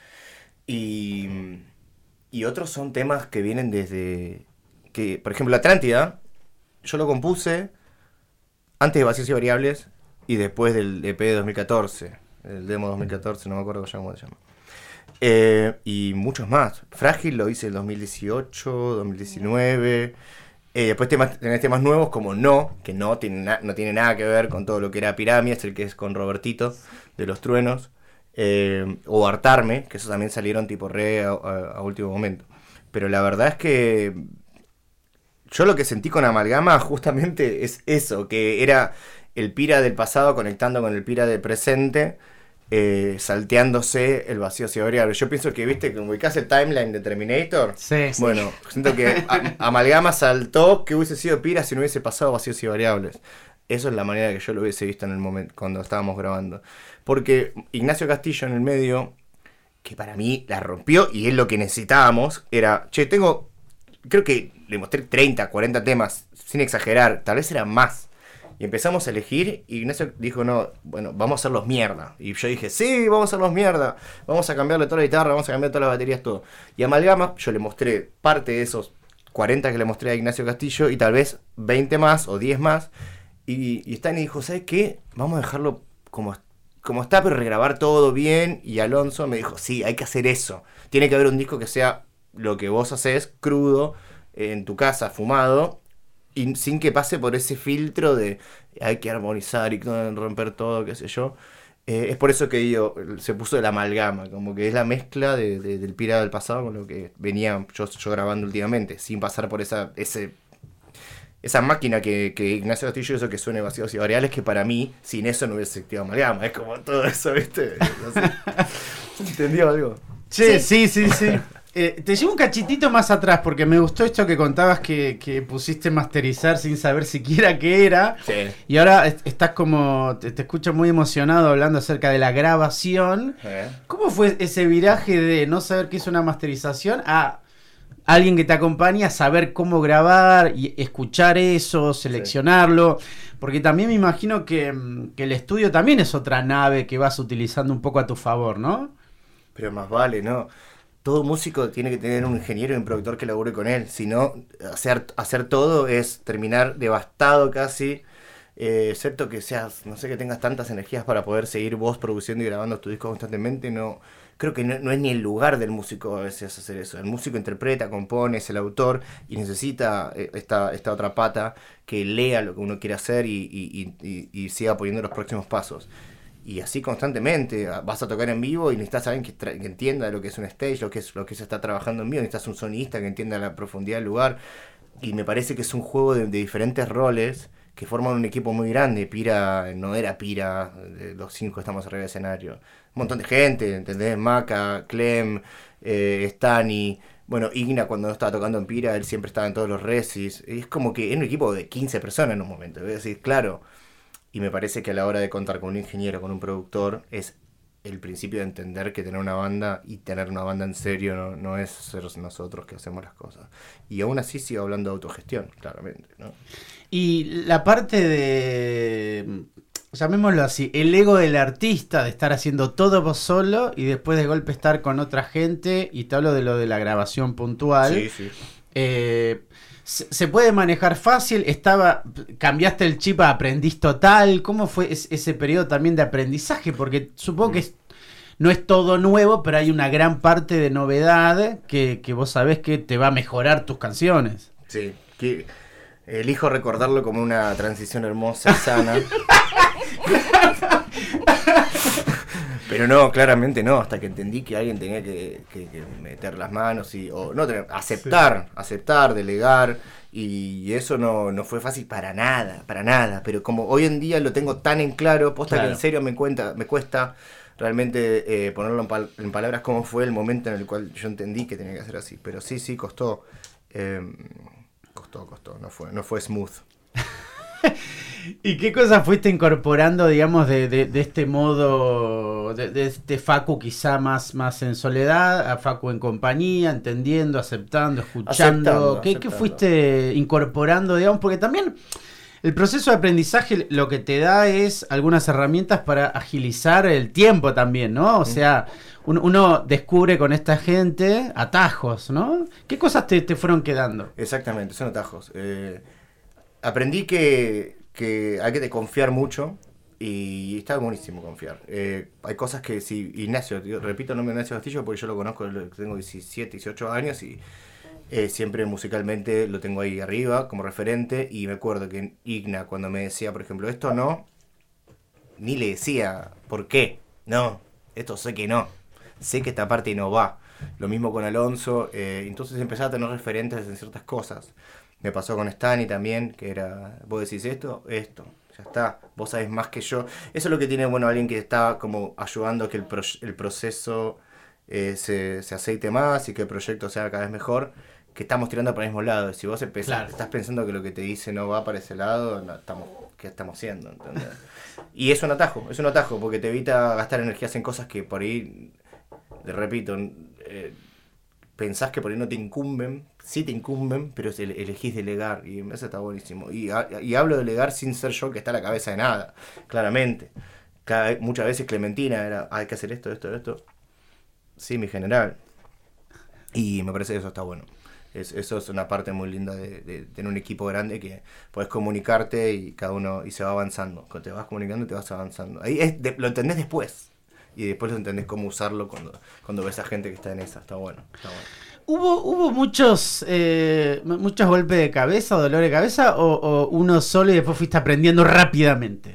y otros son temas que vienen desde que, por ejemplo, Atlántida yo lo compuse antes de Vacíos y Variables y después del EP de 2014, el demo 2014, no me acuerdo cómo se llama. Y muchos más. Frágil lo hice en 2018, 2019. Después tenés temas nuevos como que no tiene nada que ver con todo lo que era Pirámides, el que es con Robertito de Los Truenos. O Hartarme, que esos también salieron tipo a último momento. Pero la verdad es que yo lo que sentí con Amalgama justamente es eso, que era el Pira del pasado conectando con el Pira del presente. Salteándose el vacío y variable. Yo pienso que, viste, que ubicás el timeline de Terminator. Sí. Bueno, siento que Amalgama saltó que hubiese sido Pira si no hubiese pasado Vacíos y Variables. Eso es la manera que yo lo hubiese visto en el momento cuando estábamos grabando. Porque Ignacio Castillo en el medio, que para mí la rompió y es lo que necesitábamos, era, creo que le mostré 30, 40 temas, sin exagerar, tal vez eran más. Y empezamos a elegir y Ignacio dijo, vamos a hacerlos mierda. Y yo dije, sí, vamos a hacerlos mierda. Vamos a cambiarle toda la guitarra, vamos a cambiar todas las baterías, todo. Y Amalgama, yo le mostré parte de esos 40 que le mostré a Ignacio Castillo y tal vez 20 más o 10 más. Y Stan dijo, ¿sabes qué? Vamos a dejarlo como está, pero regrabar todo bien. Y Alonso me dijo, sí, hay que hacer eso. Tiene que haber un disco que sea lo que vos hacés, crudo, en tu casa, fumado, y sin que pase por ese filtro de hay que armonizar y romper todo, qué sé yo. Es por eso que digo, se puso la amalgama, como que es la mezcla del Pira del pasado con lo que venía yo grabando últimamente, sin pasar por esa máquina que Ignacio Castillo hizo que suene vacíos y variables, que para mí, sin eso no hubiese existido amalgama. Es como todo eso, ¿viste? No sé. ¿Entendió algo? Sí. Te llevo un cachitito más atrás porque me gustó esto que contabas que pusiste masterizar sin saber siquiera qué era. Sí. Y ahora estás como, te escucho muy emocionado hablando acerca de la grabación. ¿Cómo fue ese viraje de no saber qué es una masterización a alguien que te acompaña a saber cómo grabar y escuchar eso, seleccionarlo? Porque también me imagino que el estudio también es otra nave que vas utilizando un poco a tu favor, ¿no? Pero más vale, ¿no? Todo músico tiene que tener un ingeniero y un productor que labure con él. Si no, hacer todo es terminar devastado casi. Excepto que seas, no sé, que tengas tantas energías para poder seguir vos produciendo y grabando tu disco constantemente. No, creo que no es ni el lugar del músico a veces hacer eso. El músico interpreta, compone, es el autor y necesita esta otra pata que lea lo que uno quiere hacer y siga poniendo los próximos pasos. Y así constantemente, vas a tocar en vivo y necesitas a alguien que entienda lo que es un stage, lo que se está trabajando en vivo, necesitas un sonista que entienda la profundidad del lugar. Y me parece que es un juego de diferentes roles que forman un equipo muy grande. Pira no era Pira, los 5 estamos arriba del escenario. Un montón de gente, ¿entendés? Maca, Clem, Stani. Bueno, Igna cuando no estaba tocando en Pira, él siempre estaba en todos los recis. Es como que era un equipo de 15 personas en un momento. Es decir, claro. Y me parece que a la hora de contar con un ingeniero, con un productor, es el principio de entender que tener una banda y tener una banda en serio no es ser nosotros que hacemos las cosas. Y aún así sigo hablando de autogestión, claramente, ¿no? Y la parte de, llamémoslo así, el ego del artista, de estar haciendo todo vos solo y después de golpe estar con otra gente, y te hablo de lo de la grabación puntual. Sí. ¿Se puede manejar fácil? ¿Cambiaste el chip a aprendiz total? ¿Cómo fue ese periodo también de aprendizaje? Porque supongo que no es todo nuevo, pero hay una gran parte de novedad que vos sabés que te va a mejorar tus canciones. Sí, que elijo recordarlo como una transición hermosa y sana. Pero no, claramente no, hasta que entendí que alguien tenía que meter las manos aceptar, delegar, y eso no fue fácil para nada, pero como hoy en día lo tengo tan en claro, posta que en serio me cuesta realmente ponerlo en palabras cómo fue el momento en el cual yo entendí que tenía que hacer así, pero sí, costó, no fue smooth. ¿Y qué cosas fuiste incorporando, digamos, de este modo, de este Facu quizá más en soledad, a Facu en compañía, entendiendo, aceptando, escuchando? ¿Qué fuiste incorporando, digamos? Porque también el proceso de aprendizaje lo que te da es algunas herramientas para agilizar el tiempo también, ¿no? O sea, uno descubre con esta gente atajos, ¿no? ¿Qué cosas te fueron quedando? Exactamente, son atajos. Aprendí que hay que confiar mucho y está buenísimo confiar. Hay cosas que si Ignacio, repito el nombre de Ignacio Castillo porque yo lo conozco, tengo 17, 18 años y siempre musicalmente lo tengo ahí arriba como referente, y me acuerdo que Igna cuando me decía, por ejemplo, esto no, ni le decía ¿por qué? No, esto sé que no, sé que esta parte no va. Lo mismo con Alonso, entonces empezaba a tener referentes en ciertas cosas. Me pasó con Stani también, que era, vos decís esto, ya está, vos sabés más que yo. Eso es lo que tiene, bueno, alguien que está como ayudando a que el proceso se aceite más y que el proyecto sea cada vez mejor, que estamos tirando para el mismo lado. Si vos estás pensando que lo que te dice no va para ese lado, ¿qué estamos haciendo? ¿Entendés? Y es un atajo, porque te evita gastar energías en cosas que por ahí, repito, pensás que por ahí no te incumben, sí te incumben, pero elegís delegar, y eso está buenísimo. Y hablo de delegar sin ser yo que está a la cabeza de nada, claramente. Muchas veces Clementina era, hay que hacer esto. Sí, mi general. Y me parece que eso está bueno. Eso es una parte muy linda de tener un equipo grande que podés comunicarte y cada uno y se va avanzando. Cuando te vas comunicando te vas avanzando. Ahí lo entendés después. Y después lo entendés cómo usarlo cuando ves a gente que está en esa. Está bueno. ¿Hubo muchos golpes de cabeza o dolor de cabeza o uno solo y después fuiste aprendiendo rápidamente?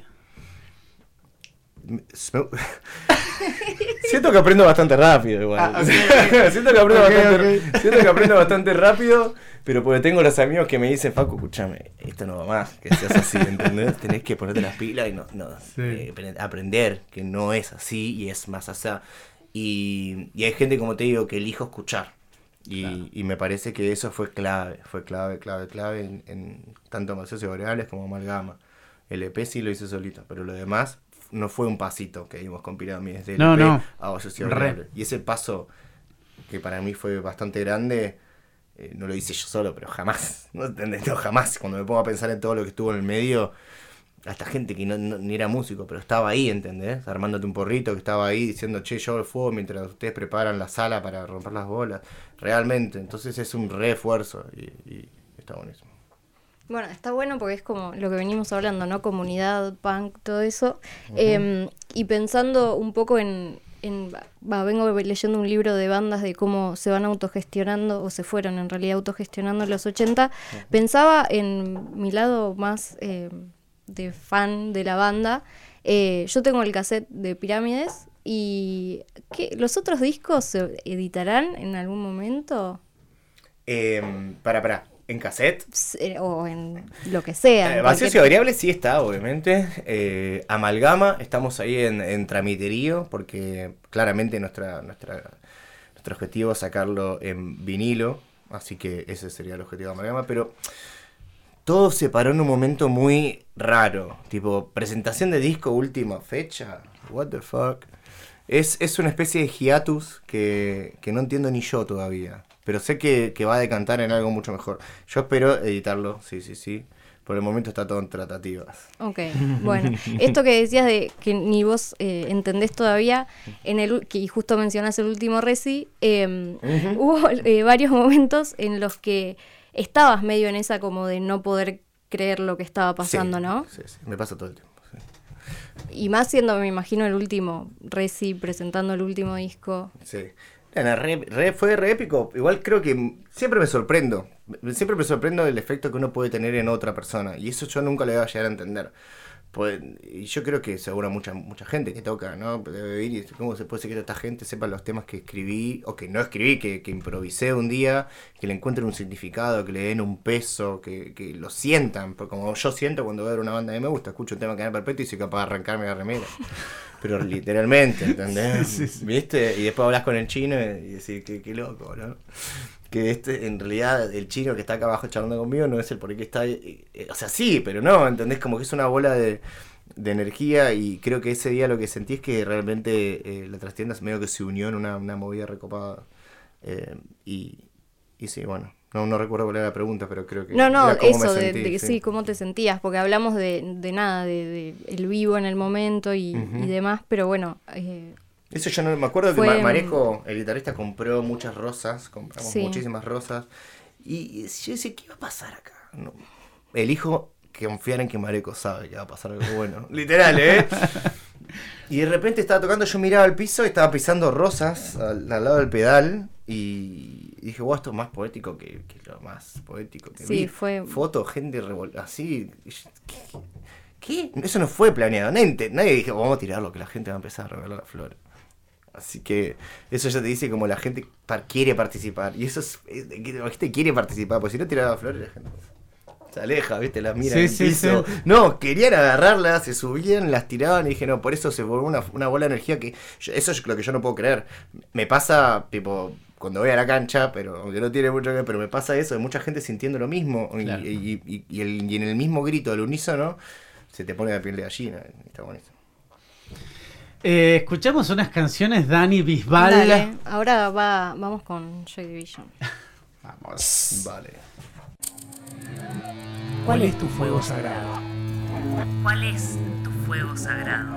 Siento que aprendo bastante rápido igual. Siento que aprendo bastante rápido, pero porque tengo los amigos que me dicen, Facu, escúchame, esto no va más, que seas así, ¿entendés? Tenés que ponerte las pilas y aprender que no es así y es más allá. Y hay gente, como te digo, que elijo escuchar. Y me parece que eso fue clave en tanto Macioso Boreales como Amalgama. El EP sí lo hice solito, pero lo demás no fue un pasito que dimos con Pirámides del EP a Macioso Boreales. Y ese paso, que para mí fue bastante grande, no lo hice yo solo, pero jamás, ¿no entendés? No, jamás. Cuando me pongo a pensar en todo lo que estuvo en el medio, hasta gente que ni era músico, pero estaba ahí, ¿entendés? Armándote un porrito, que estaba ahí diciendo, che, yo el fuego mientras ustedes preparan la sala para romper las bolas. Realmente, entonces es un re esfuerzo y está buenísimo. Bueno, está bueno porque es como lo que venimos hablando, ¿no? Comunidad, punk, todo eso. Uh-huh. Y pensando un poco vengo leyendo un libro de bandas de cómo se van autogestionando, o se fueron en realidad autogestionando en los 80. Uh-huh. Pensaba en mi lado más de fan de la banda. Yo tengo el cassette de Pirámides. ¿Y los otros discos se editarán en algún momento? ¿En cassette? O en lo que sea. Macioso Variable sí está, obviamente. Amalgama, estamos ahí en tramiterío, porque claramente nuestro objetivo es sacarlo en vinilo, así que ese sería el objetivo de Amalgama, pero todo se paró en un momento muy raro, tipo presentación de disco, última fecha, what the fuck. Es una especie de hiatus que no entiendo ni yo todavía. Pero sé que va a decantar en algo mucho mejor. Yo espero editarlo, sí. Por el momento está todo en tratativas. Ok, bueno. Esto que decías de que ni vos entendés todavía, que justo mencionás el último reci, hubo varios momentos en los que estabas medio en esa como de no poder creer lo que estaba pasando, ¿no? Sí, me pasa todo el tiempo. Y más siendo, me imagino, el último reci, presentando el último disco. Sí. Fue re épico. Igual creo que siempre me sorprendo del efecto que uno puede tener en otra persona. Y eso yo nunca le voy a llegar a entender. Pues, y yo creo que seguro mucha gente que toca, ¿no? Debe ir y cómo se puede ser que esta gente sepa los temas que escribí, o que no escribí, que improvisé un día, que le encuentren un significado, que le den un peso, que lo sientan. Porque como yo siento cuando veo una banda que me gusta, escucho un tema que me perpetuo y soy capaz de arrancarme la remera. Pero literalmente, ¿entendés? Sí. ¿Viste? Y después hablas con el chino y decís, qué loco, ¿no? Que en realidad, el chino que está acá abajo charlando conmigo no es el por el que está... o sea, sí, pero no, ¿entendés? Como que es una bola de energía, y creo que ese día lo que sentí es que realmente la trastienda medio que se unió en una movida recopada. Y sí, bueno, no recuerdo cuál era la pregunta, pero creo que... No, eso, sí, cómo te sentías, porque hablamos de el vivo en el momento y demás, pero bueno... Eso yo no me acuerdo que Marejo, el guitarrista, compró muchas rosas, compramos muchísimas rosas, y yo decía, ¿qué va a pasar acá? No, elijo confiar en que Marejo sabe que va a pasar algo bueno, literal, Y de repente estaba tocando, yo miraba al piso y estaba pisando rosas al lado del pedal, y dije, wow, esto es más poético que lo más poético que vi. Fue... Fotos, gente así, ¿qué? Eso no fue planeado, nadie dijo, vamos a tirarlo, que la gente va a empezar a regalar las flores. Así que eso ya te dice como la gente quiere participar. Y eso la gente quiere participar, porque si no tiraba flores la gente se aleja, ¿viste? Las mira en el piso. Sí. No, querían agarrarlas, se subían, las tiraban, y dije, no, por eso se formó una bola de energía que... eso es lo que yo no puedo creer. Me pasa, tipo, cuando voy a la cancha, pero aunque no tiene mucho que ver, pero me pasa eso, de mucha gente sintiendo lo mismo. Claro. Y en el mismo grito del unísono, se te pone la piel de gallina. Está buenísimo. Escuchamos unas canciones, Dani Bisbal. Dale, ahora vamos con Joy Division. Vamos. Vale. ¿Cuál es tu fuego sagrado? ¿Cuál es tu fuego sagrado?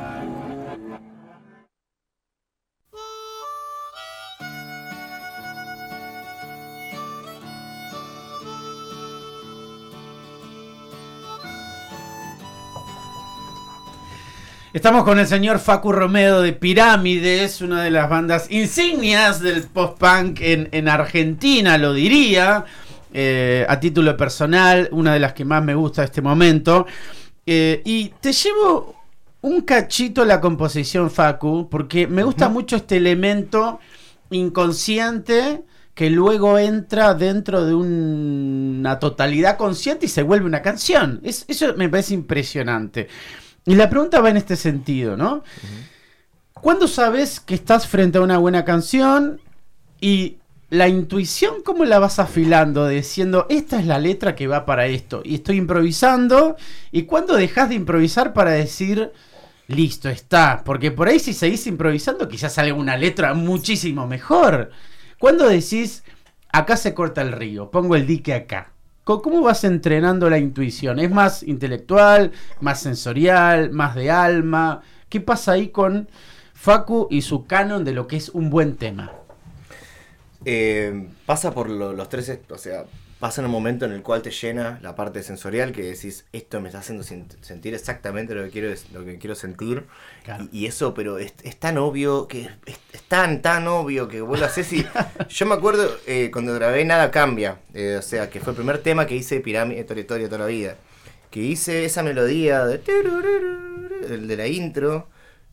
Estamos con el señor Facu Romeo de Pirámides, una de las bandas insignias del post-punk en Argentina, lo diría, a título personal, una de las que más me gusta de este momento. Y te llevo un cachito la composición, Facu, porque me gusta mucho este elemento inconsciente que luego entra dentro de una totalidad consciente y se vuelve una canción. Eso me parece impresionante. Y la pregunta va en este sentido, ¿no? ¿Cuándo sabes que estás frente a una buena canción y la intuición cómo la vas afilando, diciendo, esta es la letra que va para esto, y estoy improvisando? ¿Y cuándo dejas de improvisar para decir, listo, está? Porque por ahí si seguís improvisando quizás sale una letra muchísimo mejor. ¿Cuándo decís, acá se corta el río, pongo el dique acá? ¿Cómo vas entrenando la intuición? ¿Es más intelectual, más sensorial, más de alma? ¿Qué pasa ahí con Facu y su canon de lo que es un buen tema? Pasa por los tres, o sea, pasa en un momento en el cual te llena la parte sensorial, que decís, esto me está haciendo sentir exactamente lo que quiero sentir. Claro. Y eso, pero es tan obvio, que es tan obvio que vos lo haces. Y yo me acuerdo cuando grabé Nada Cambia, o sea, que fue el primer tema que hice Pirámide Toritoria toda la vida, que hice esa melodía de la intro,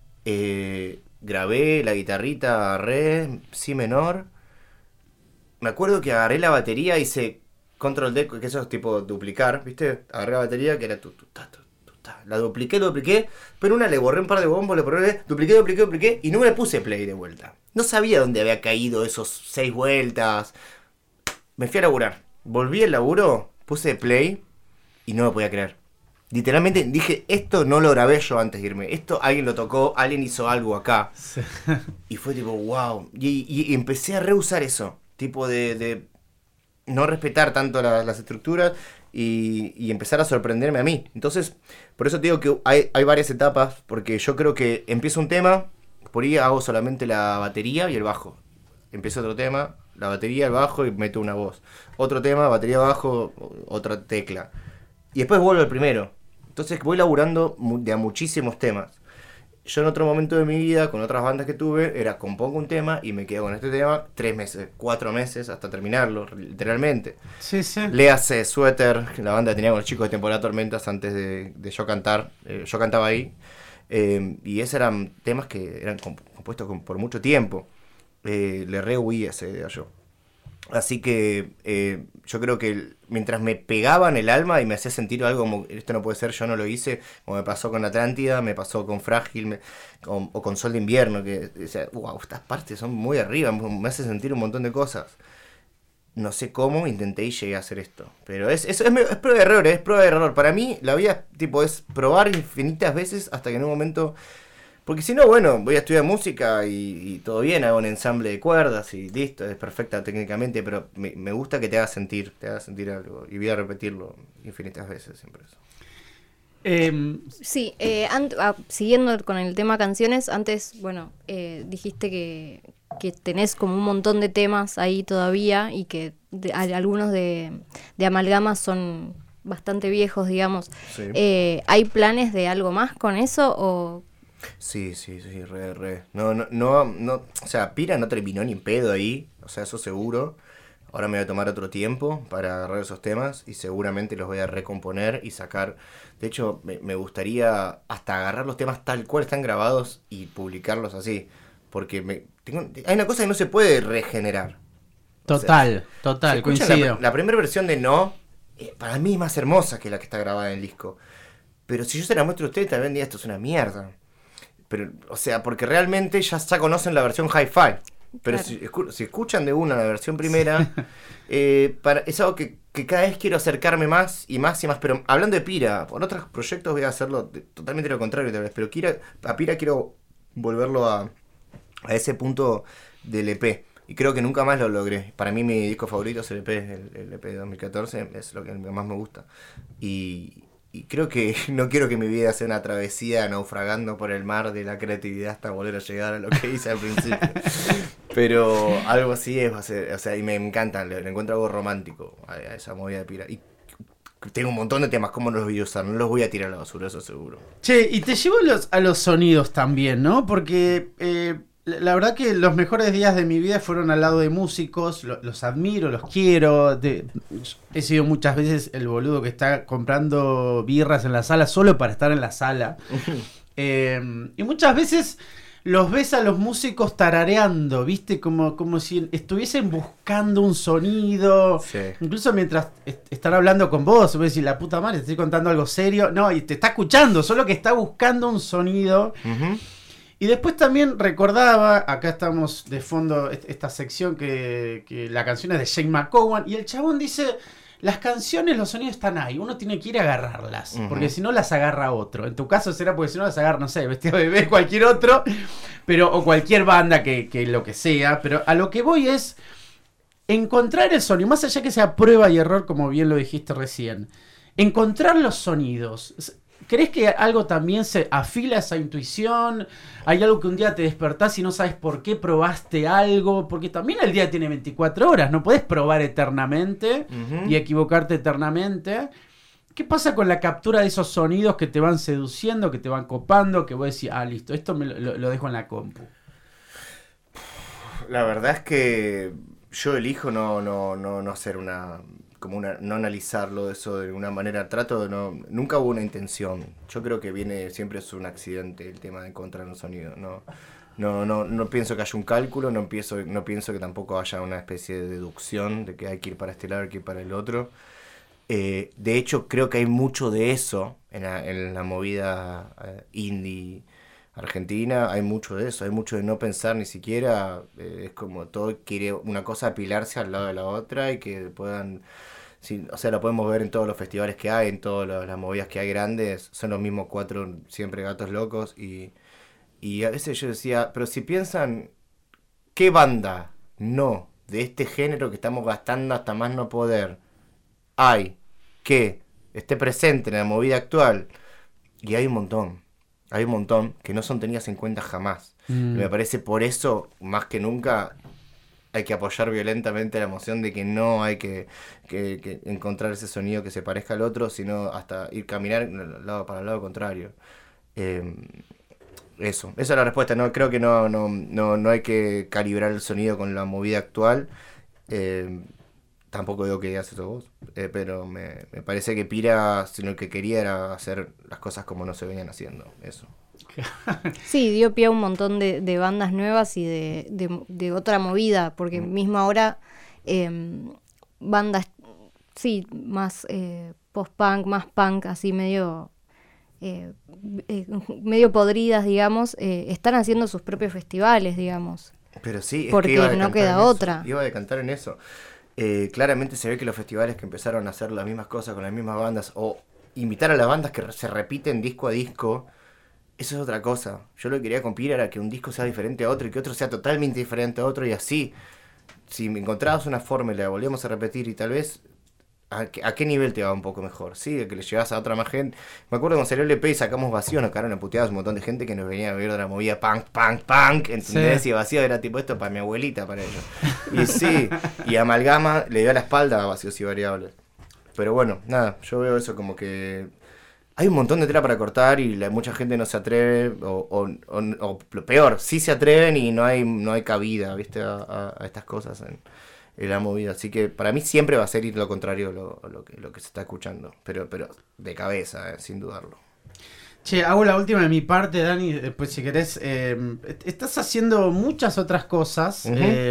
grabé la guitarrita re, si menor. Me acuerdo que agarré la batería, hice Control D, que eso es tipo duplicar, ¿viste? Agarré la batería, que era la dupliqué, pero una le borré un par de bombos, le probé, dupliqué, y no me le puse play de vuelta. No sabía dónde había caído esos 6 vueltas. Me fui a laburar. Volví al laburo, puse play, y no lo podía creer. Literalmente dije, esto no lo grabé yo antes de irme. Esto alguien lo tocó, alguien hizo algo acá. Sí. Y fue tipo, wow. Y empecé a reusar eso. Tipo de no respetar tanto las estructuras y empezar a sorprenderme a mí. Entonces, por eso te digo que hay varias etapas, porque yo creo que empiezo un tema, por ahí hago solamente la batería y el bajo. Empiezo otro tema, la batería, el bajo y meto una voz. Otro tema, batería, bajo, otra tecla. Y después vuelvo al primero. Entonces voy laburando de a muchísimos temas. Yo en otro momento de mi vida, con otras bandas que tuve, compongo un tema y me quedo con este tema 3 meses, 4 meses hasta terminarlo, literalmente. Sí. Léase Suéter, la banda que tenía con los chicos de Temporada Tormentas antes de yo cantar. Yo cantaba ahí. Y esos eran temas que eran compuestos por mucho tiempo. Le re huí a esa idea yo. Así que yo creo que mientras me pegaban el alma y me hacía sentir algo como, esto no puede ser, yo no lo hice, como me pasó con Atlántida, me pasó con Frágil, o con Sol de Invierno, que decía, wow, estas partes son muy arriba, me hace sentir un montón de cosas. No sé cómo intenté y llegué a hacer esto. Pero es prueba de error, Para mí la vida tipo es probar infinitas veces hasta que en un momento... Porque si no, bueno, voy a estudiar música y todo bien, hago un ensamble de cuerdas y listo, es perfecta técnicamente, pero me gusta que te haga sentir algo, y voy a repetirlo infinitas veces siempre eso. Sí, siguiendo con el tema canciones, antes, bueno, dijiste que tenés como un montón de temas ahí todavía y que algunos de Amalgama son bastante viejos, digamos. Sí. ¿Hay planes de algo más con eso o...? Sí, re. No, o sea, Pira no terminó ni en pedo ahí, o sea, eso seguro. Ahora me voy a tomar otro tiempo para agarrar esos temas y seguramente los voy a recomponer y sacar. De hecho, me gustaría hasta agarrar los temas tal cual están grabados y publicarlos así, porque hay una cosa que no se puede regenerar. Total, coincido. La primera versión de No, para mí es más hermosa que la que está grabada en el disco. Pero si yo se la muestro a ustedes, también diría, esto es una mierda. Pero, o sea, porque realmente ya conocen la versión hi-fi. Pero claro. si escuchan de una la versión primera, es algo que cada vez quiero acercarme más y más. Pero hablando de Pira, por otros proyectos voy a hacerlo totalmente lo contrario tal vez. Pero a Pira quiero volverlo a ese punto del EP. Y creo que nunca más lo logré. Para mí mi disco favorito es el EP, el EP de 2014, es lo que más me gusta. Y creo que no quiero que mi vida sea una travesía naufragando por el mar de la creatividad hasta volver a llegar a lo que hice al principio. Pero algo así va a ser, o sea, y me encanta, le encuentro algo romántico a esa movida de Pira. Y tengo un montón de temas, ¿cómo no los voy a usar? No los voy a tirar a la basura, eso seguro. Che, y te llevo a los sonidos también, ¿no? Porque la verdad que los mejores días de mi vida fueron al lado de músicos, los admiro, los quiero. He sido muchas veces el boludo que está comprando birras en la sala solo para estar en la sala. Y muchas veces los ves a los músicos tarareando, ¿viste? Como si estuviesen buscando un sonido. Sí. Incluso mientras están hablando con vos, vos decís, la puta madre, te estoy contando algo serio. No, y te está escuchando, solo que está buscando un sonido. Uh-huh. Y después también recordaba, acá estamos de fondo, esta sección que la canción es de Shane McGowan, y el chabón dice, las canciones, los sonidos están ahí, uno tiene que ir a agarrarlas, porque si no las agarra otro. En tu caso será porque si no las agarra, no sé, Vestido Bebé, cualquier otro, o cualquier banda que lo que sea, pero a lo que voy es encontrar el sonido, más allá que sea prueba y error, como bien lo dijiste recién, encontrar los sonidos. ¿Crees que algo también se afila esa intuición? ¿Hay algo que un día te despertás y no sabes por qué probaste algo? Porque también el día tiene 24 horas, no podés probar eternamente y equivocarte eternamente. ¿Qué pasa con la captura de esos sonidos que te van seduciendo, que te van copando, que vos decís, listo, esto lo dejo en la compu? La verdad es que yo elijo no hacer no analizarlo eso de una manera, nunca hubo una intención. Yo creo que siempre es un accidente el tema de encontrar un sonido. No pienso que haya un cálculo, no pienso que tampoco haya una especie de deducción de que hay que ir para este lado, hay que ir para el otro. De hecho, creo que hay mucho de eso en la movida indie argentina, hay mucho de eso, hay mucho de no pensar ni siquiera, es como todo quiere una cosa apilarse al lado de la otra y que puedan, o sea, lo podemos ver en todos los festivales que hay, en todas las movidas que hay grandes, son los mismos 4 siempre gatos locos y a veces yo decía, pero si piensan, ¿qué banda no de este género que estamos gastando hasta más no poder hay que esté presente en la movida actual? Y hay un montón que no son tenidas en cuenta jamás. Me parece por eso, más que nunca, hay que apoyar violentamente la moción de que no hay que encontrar ese sonido que se parezca al otro, sino hasta caminar para el lado contrario. Esa es la respuesta. No creo que no hay que calibrar el sonido con la movida actual. Tampoco digo que digas eso vos, pero me parece que Pira lo que quería era hacer las cosas como no se venían haciendo, eso. Sí, dio pie a un montón de bandas nuevas y de otra movida, porque mismo ahora bandas, sí, más post-punk, más punk, así medio podridas, digamos, están haciendo sus propios festivales, digamos. Pero sí, es porque que iba no queda otra. Iba a decantar en eso. Claramente se ve que los festivales que empezaron a hacer las mismas cosas con las mismas bandas o invitar a las bandas que se repiten disco a disco, eso es otra cosa. Yo lo que quería con Pira era que un disco sea diferente a otro y que otro sea totalmente diferente a otro, y así, si me encontrabas una forma y la volvíamos a repetir y tal vez ¿a qué nivel te va un poco mejor? Sí, que le llevas a otra más gente. Me acuerdo cuando salió el EP y sacamos Vacío, nos cagaron a puteadas un montón de gente que nos venía a ver de la movida punk, ¿entendés? Sí. Y Vacío era tipo esto para mi abuelita, para ellos. Y sí, y Amalgama le dio la espalda a Vacíos y Variables. Pero bueno, nada, yo veo eso como que hay un montón de tela para cortar y mucha gente no se atreve, o peor, sí se atreven y no hay cabida, ¿viste? A estas cosas en la movida. Así que para mí siempre va a ser ir lo contrario a lo que se está escuchando, pero de cabeza, sin dudarlo. Che, hago la última de mi parte, Dani, después si querés. Estás haciendo muchas otras cosas.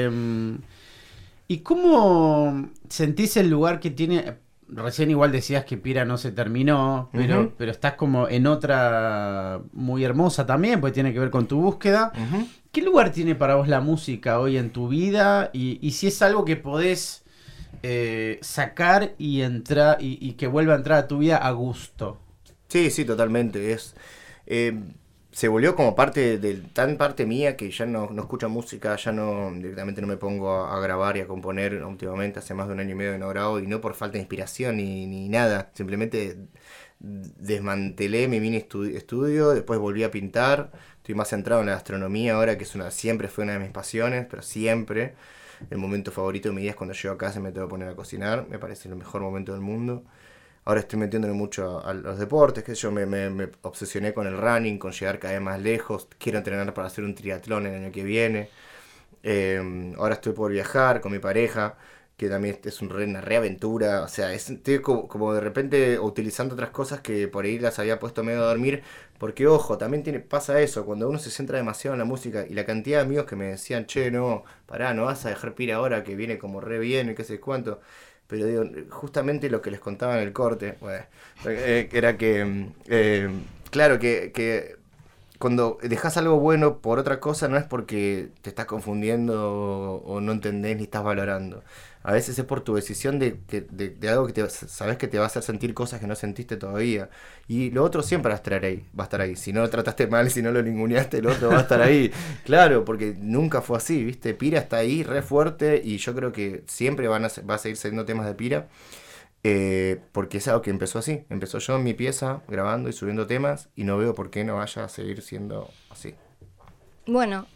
¿Y cómo sentís el lugar que tiene? Recién igual decías que Pira no se terminó, pero estás como en otra muy hermosa también, porque tiene que ver con tu búsqueda. ¿Qué lugar tiene para vos la música hoy en tu vida? Y si es algo que podés sacar y entrar y que vuelva a entrar a tu vida a gusto. Sí, totalmente. Se volvió como parte mía que ya no escucho música, ya directamente no me pongo a grabar y a componer últimamente, hace más de 1 año y medio que no grabo, y no por falta de inspiración ni nada, simplemente desmantelé mi mini estudio, después volví a pintar, estoy más centrado en la gastronomía ahora, que siempre fue una de mis pasiones, pero siempre, el momento favorito de mi día es cuando llego a casa y me tengo que poner a cocinar, me parece el mejor momento del mundo. ahora estoy metiéndome mucho a los deportes, que yo me obsesioné con el running, con llegar cada vez más lejos, quiero entrenar para hacer un triatlón el año que viene. Ahora estoy por viajar con mi pareja, que también es una reaventura, o sea, estoy como de repente utilizando otras cosas que por ahí las había puesto medio a dormir, porque ojo, también pasa eso, cuando uno se centra demasiado en la música, y la cantidad de amigos que me decían, che, no, pará, no vas a dejar pira ahora que viene como re bien y qué sé cuánto, pero digo, justamente lo que les contaba en el corte, bueno, era que, claro, que cuando dejas algo bueno por otra cosa no es porque te estás confundiendo o no entendés ni estás valorando. A veces es por tu decisión de algo que sabes que te va a hacer sentir cosas que no sentiste todavía. Y lo otro siempre va a estar ahí. Si no lo trataste mal, si no lo ninguneaste, el otro va a estar ahí. Claro, porque nunca fue así, ¿viste? Pira está ahí, re fuerte, y yo creo que siempre va a seguir saliendo temas de Pira. Porque es algo que empezó así. Empezó yo en mi pieza grabando y subiendo temas, y no veo por qué no vaya a seguir siendo así. Bueno,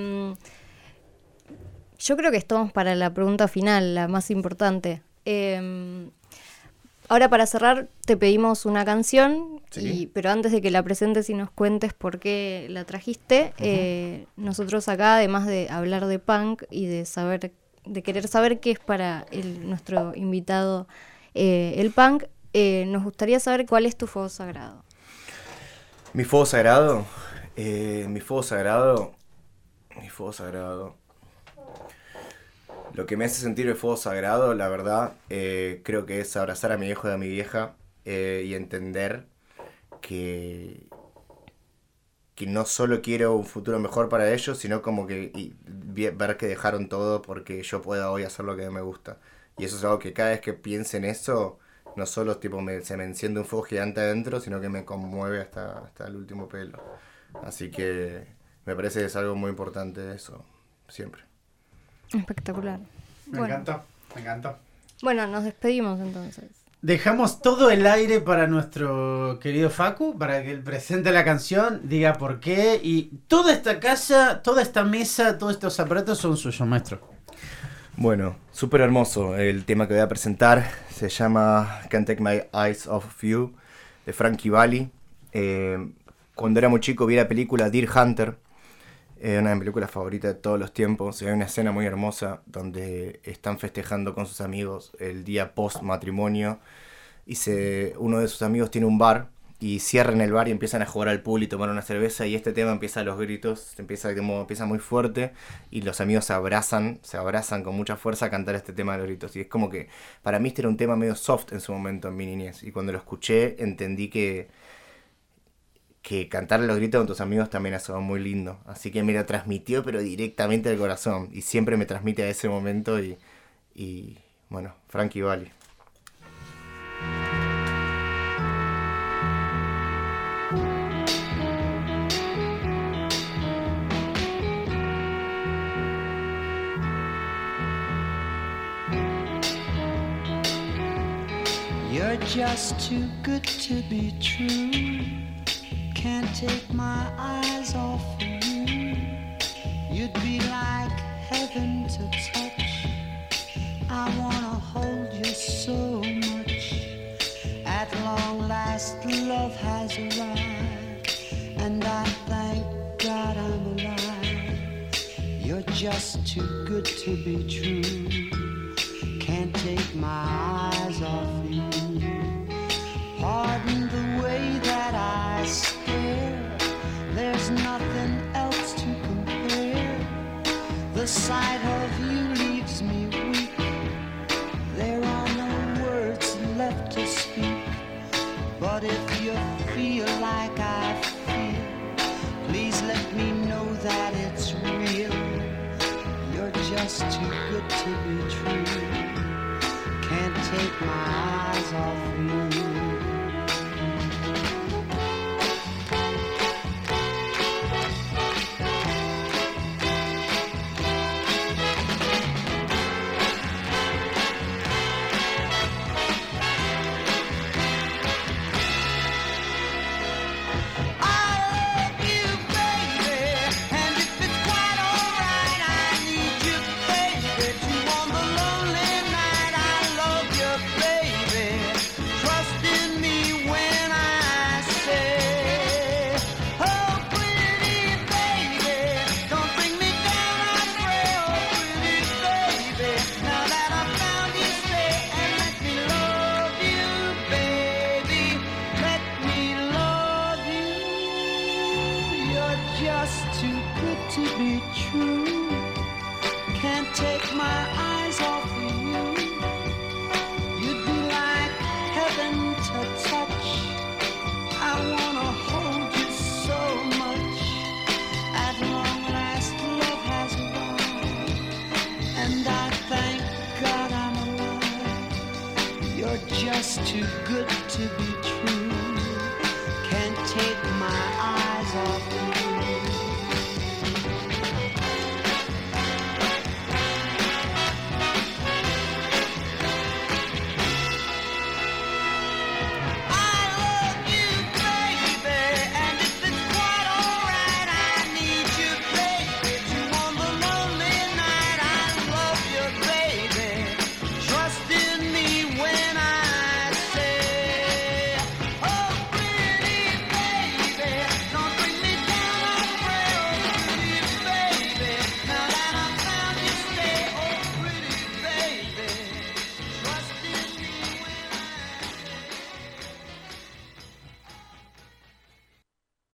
yo creo que estamos para la pregunta final, la más importante. Ahora, para cerrar, te pedimos una canción, ¿Sí? pero antes de que la presentes y nos cuentes por qué la trajiste, nosotros acá, además de hablar de punk y de querer saber qué es para nuestro invitado el punk, nos gustaría saber cuál es tu fuego sagrado. Mi fuego sagrado. Mi fuego sagrado. Lo que me hace sentir el fuego sagrado, la verdad, creo que es abrazar a mi viejo y a mi vieja, y entender que no solo quiero un futuro mejor para ellos, sino como que ver que dejaron todo porque yo pueda hoy hacer lo que me gusta. Y eso es algo que cada vez que piense en eso, no solo tipo se me enciende un fuego gigante adentro, sino que me conmueve hasta el último pelo. Así que me parece que es algo muy importante eso, siempre. Espectacular. Me encanta. Bueno, nos despedimos entonces. Dejamos todo el aire para nuestro querido Facu, para que él presente la canción, diga por qué, y toda esta casa, toda esta mesa, todos estos aparatos son suyos, maestro. Bueno, súper hermoso el tema que voy a presentar. Se llama Can't Take My Eyes Off of You, de Frankie Valli. Cuando era muy chico vi la película Deer Hunter, una de mis películas favoritas de todos los tiempos. Hay una escena muy hermosa donde están festejando con sus amigos el día post matrimonio, y uno de sus amigos tiene un bar y cierran el bar y empiezan a jugar al pool y tomar una cerveza, y este tema empieza a los gritos, empieza muy fuerte, y los amigos se abrazan con mucha fuerza a cantar este tema de los gritos. Y es como que para mí este era un tema medio soft en su momento en mi niñez, y cuando lo escuché entendí que cantar los gritos con tus amigos también es algo muy lindo. Así que me lo transmitió, pero directamente al corazón, y siempre me transmite a ese momento. Y bueno, Frankie Valli. You're just too good to be true. Can't take my eyes off of you. You'd be like heaven to touch. I wanna hold you so much. At long last, love has arrived, and I thank God I'm alive. You're just too good to be true. Can't take my eyes off you. Pardon the way that I stare. There's nothing else to compare. The sight of you leaves me weak. There are no words left to speak. But if you feel like I feel, please let me know that it's real. You're just too good to be true. Can't take my eyes off you. Trust just too good to be true. Can't take my eyes off